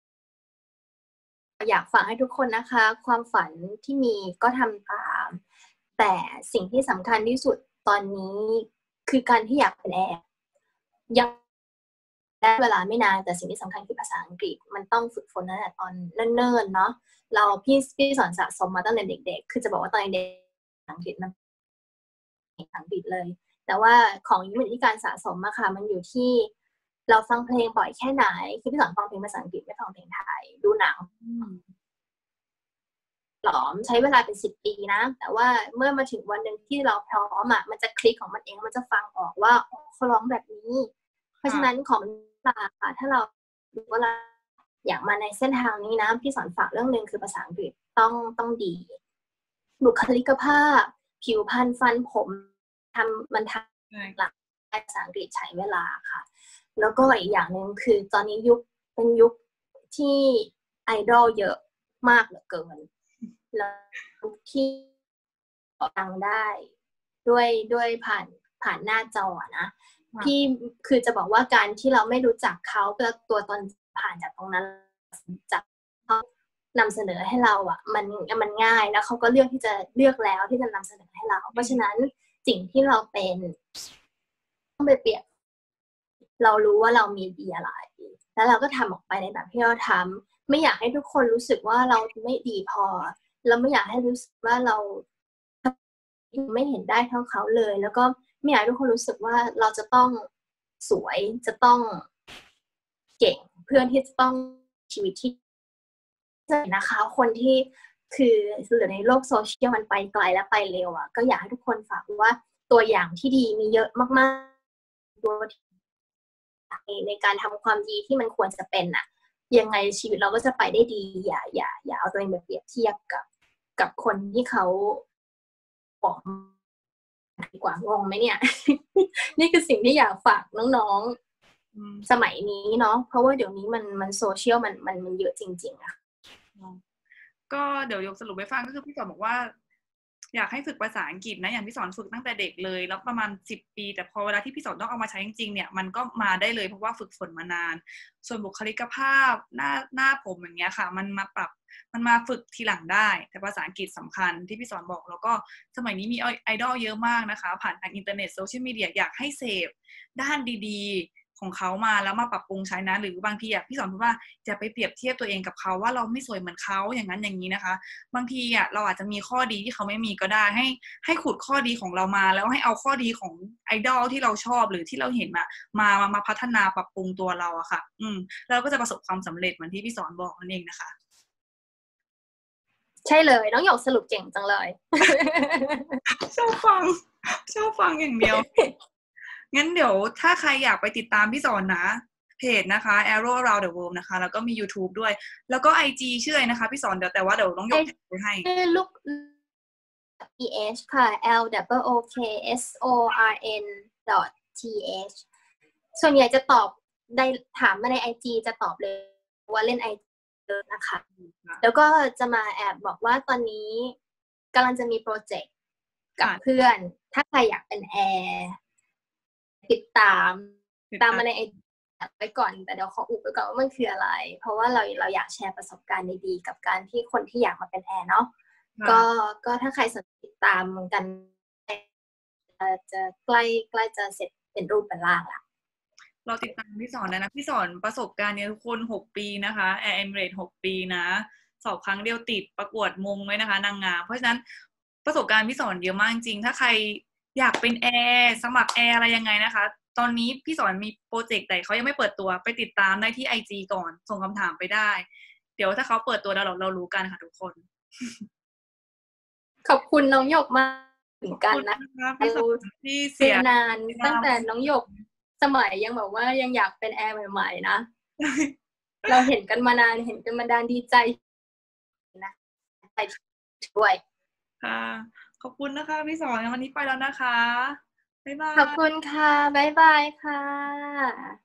อยากฝากให้ทุกคนนะคะความฝันที่มีก็ทำตามแต่สิ่งที่สำคัญที่สุดตอนนี้คือการที่อยากเป็นแอร์ยังได้เวลาไม่นานแต่สิ่งที่สำคัญคือภาษาอังกฤษมันต้องฝึกฝนตั้งแต่ตอนเนิ่นๆเนาะเราพี่พี่สอนสะสมมาตั้งแต่เด็กๆคือจะบอกว่าตอนเด็กอังกฤษมันอังกฤษเลยแต่ว่าของนี้มันที่การสะสมอะค่ะมันอยู่ที่เราฟังเพลงบ่อยแค่ไหนคือพี่สอนฟังเพลงภาษาอังกฤษไม่ฟังเพลงไทยดูหนังหลอมใช้เวลาเป็นสิบปีนะแต่ว่าเมื่อมาถึงวันหนึ่งที่เราพร้อมอะมันจะคลิกของมันเองมันจะฟังออกว่าเขาร้องแบบนี้เพราะฉะนั้นของมันถ้าเราดูว่าเราอยากมาในเส้นทางนี้นะพี่สอนฝากเรื่องนึงคือภาษาอังกฤษต้องต้องดีบุคลิกภาพผิวพรรณฟันผมทำมันทำหลักภาษาอังกฤษใช้เวลาค่ะแล้วก็อีกอย่างหนึ่งคือตอนนี้ยุคเป็นยุคที่ไอดอลเยอะมากเหลือเกินแล้วที่ดังได้ด้วยด้วยผ่านผ่านหน้าจอนะพี่คือจะบอกว่าการที่เราไม่รู้จักเขาเพื่อตัวตนผ่านจากตรงนั้นจากเขานำเสนอให้เราอ่ะมันมันง่ายแล้วเขาก็เลือกที่จะเลือกแล้วที่จะนำเสนอให้เราเพราะฉะนั้นสิ่งที่เราเป็นต้องไปเปรียบเรารู้ว่าเรามีดีอะไรแล้วเราก็ทำออกไปในแบบที่เราทำไม่อยากให้ทุกคนรู้สึกว่าเราไม่ดีพอเราไม่อยากให้รู้สึกว่าเราไม่เห็นได้เท่าเขาเลยแล้วก็ไม่อยากให้ทุกคนรู้สึกว่าเราจะต้องสวยจะต้องเก่งเพื่อนที่จะต้องชีวิตที่นะคะคนที่คือสื่อในโลกโซเชียลมันไปไกลและไปเร็วอ่ะก็อยากให้ทุกคนฝากว่าตัวอย่างที่ดีมีเยอะมากๆตัวในการทำความดีที่มันควรจะเป็นอ่ะยังไงชีวิตเราก็จะไปได้ดีอย่าอย่าอย่าเอาตัวเองไปเปรียบเทียบกับกับคนที่เขาบอกดีกว่างงไหมเนี่ย นี่คือสิ่งที่อยากฝากน้องๆสมัยนี้เนาะเพราะว่าเดี๋ยวนี้มันมันโซเชียลมันมันมันเยอะจริงๆอะก็เดี๋ยวยกสรุปไปฟังก็คือพี่สอนบอกว่าอยากให้ฝึกภาษาอังกฤษนะอย่างพี่สอนฝึกตั้งแต่เด็กเลยแล้วประมาณสิบปีแต่พอเวลาที่พี่สอนต้องเอามาใช้จริงๆเนี่ยมันก็มาได้เลยเพราะว่าฝึกฝนมานานส่วนบุคลิกภาพหน้าหน้าผมอย่างเงี้ยค่ะมันมาปรับมันมาฝึกทีหลังได้แต่ภาษาอังกฤษสำคัญที่พี่สอนบอกแล้วก็สมัยนี้มีไอดอลเยอะมากนะคะผ่านทางอินเทอร์เน็ตโซเชียลมีเดียอยากให้เสพด้านดีๆของเขามาแล้วมาปรับปรุงใช้นะหรือบางทีอ่ะพี่สอนพูดว่าจะไปเปรียบเทียบตัวเองกับเขาว่าเราไม่สวยเหมือนเขาอย่างนั้นอย่างนี้นะคะบางทีอ่ะเราอาจจะมีข้อดีที่เขาไม่มีก็ได้ให้ให้ขุดข้อดีของเรามาแล้วให้เอาข้อดีของไอดอลที่เราชอบหรือที่เราเห็นอ่ะมามามาพัฒนาปรับปรุงตัวเราอะค่ะอืมแล้วก็จะประสบความสำเร็จเหมือนที่พี่สอนบอกนั่นเองนะคะใช่เลยน้องหยกสรุปเก่งจังเลยชอบฟังชอบฟังอย่างเดียวงั้นเดี๋ยวถ้าใครอยากไปติดตามพี่สอนนะเพจนะคะ Arrow Around the World นะคะแล้วก็มี YouTube ด้วยแล้วก็ ไอ จี ชื่ออะไรนะคะพี่สอนเดี๋ยวแต่ว่าเดี๋ยวน้องหยกแท็กให้ลูก th ค่ะ l w o k s o r n dot t h ส่วนใหญ่จะตอบได้ถามมาใน ไอ จี จะตอบเลยว่าเล่น ไอ จี นะคะแล้วก็จะมาแอบบอกว่าตอนนี้กำลังจะมีโปรเจกต์กับเพื่อนถ้าใครอยากเป็นแอร์ติดตามตามมาใน ไอ จี ไว้ก่อนแต่เดี๋ยวขออุบไว้ก่อนว่ามันคืออะไรเพราะว่าเราเราอยากแชร์ประสบการณ์ดีๆกับการที่คนที่อยากมาเป็นแอร์เนาะก็ก็ถ้าใครสนใจติดตามกันจะใกล้ใกล้จะเสร็จเป็นรูปเป็นร่างละเราติดตามพี่สอนนะนะพี่สอนประสบการณ์เนี่ยทุกคนหกปีนะคะแอร์เอมิเรตส์หกปีนะสอบครั้งเดียวติดประกวดมงไว้นะคะนางงามเพราะฉะนั้นประสบการณ์พี่สอนเยอะมากจริงถ้าใครอยากเป็นแอร์สมัครแอร์อะไรยังไงนะคะตอนนี้พี่สอนมีโปรเจกต์แต่เขายังไม่เปิดตัวไปติดตามได้ที่ ไอ จี ก่อนส่งคำถามไปได้เดี๋ยวถ้าเขาเปิดตัวแล้วเราเรารู้กันค่ะทุกคนขอบคุณน้องหยกมากถึงกันนะพี่สอนที่เสียนานตั้งแต่น้องหยกสมัยยังแบบว่ายังอยากเป็นแอร์ใหม่ๆนะเราเห็นกันมานานเห็นกันมานานดีใจนะใจด้วยค่ะขอบคุณนะคะพี่สอนวันนี้ไปแล้วนะคะบ๊ายบายขอบคุณค่ะบ๊ายบายค่ะ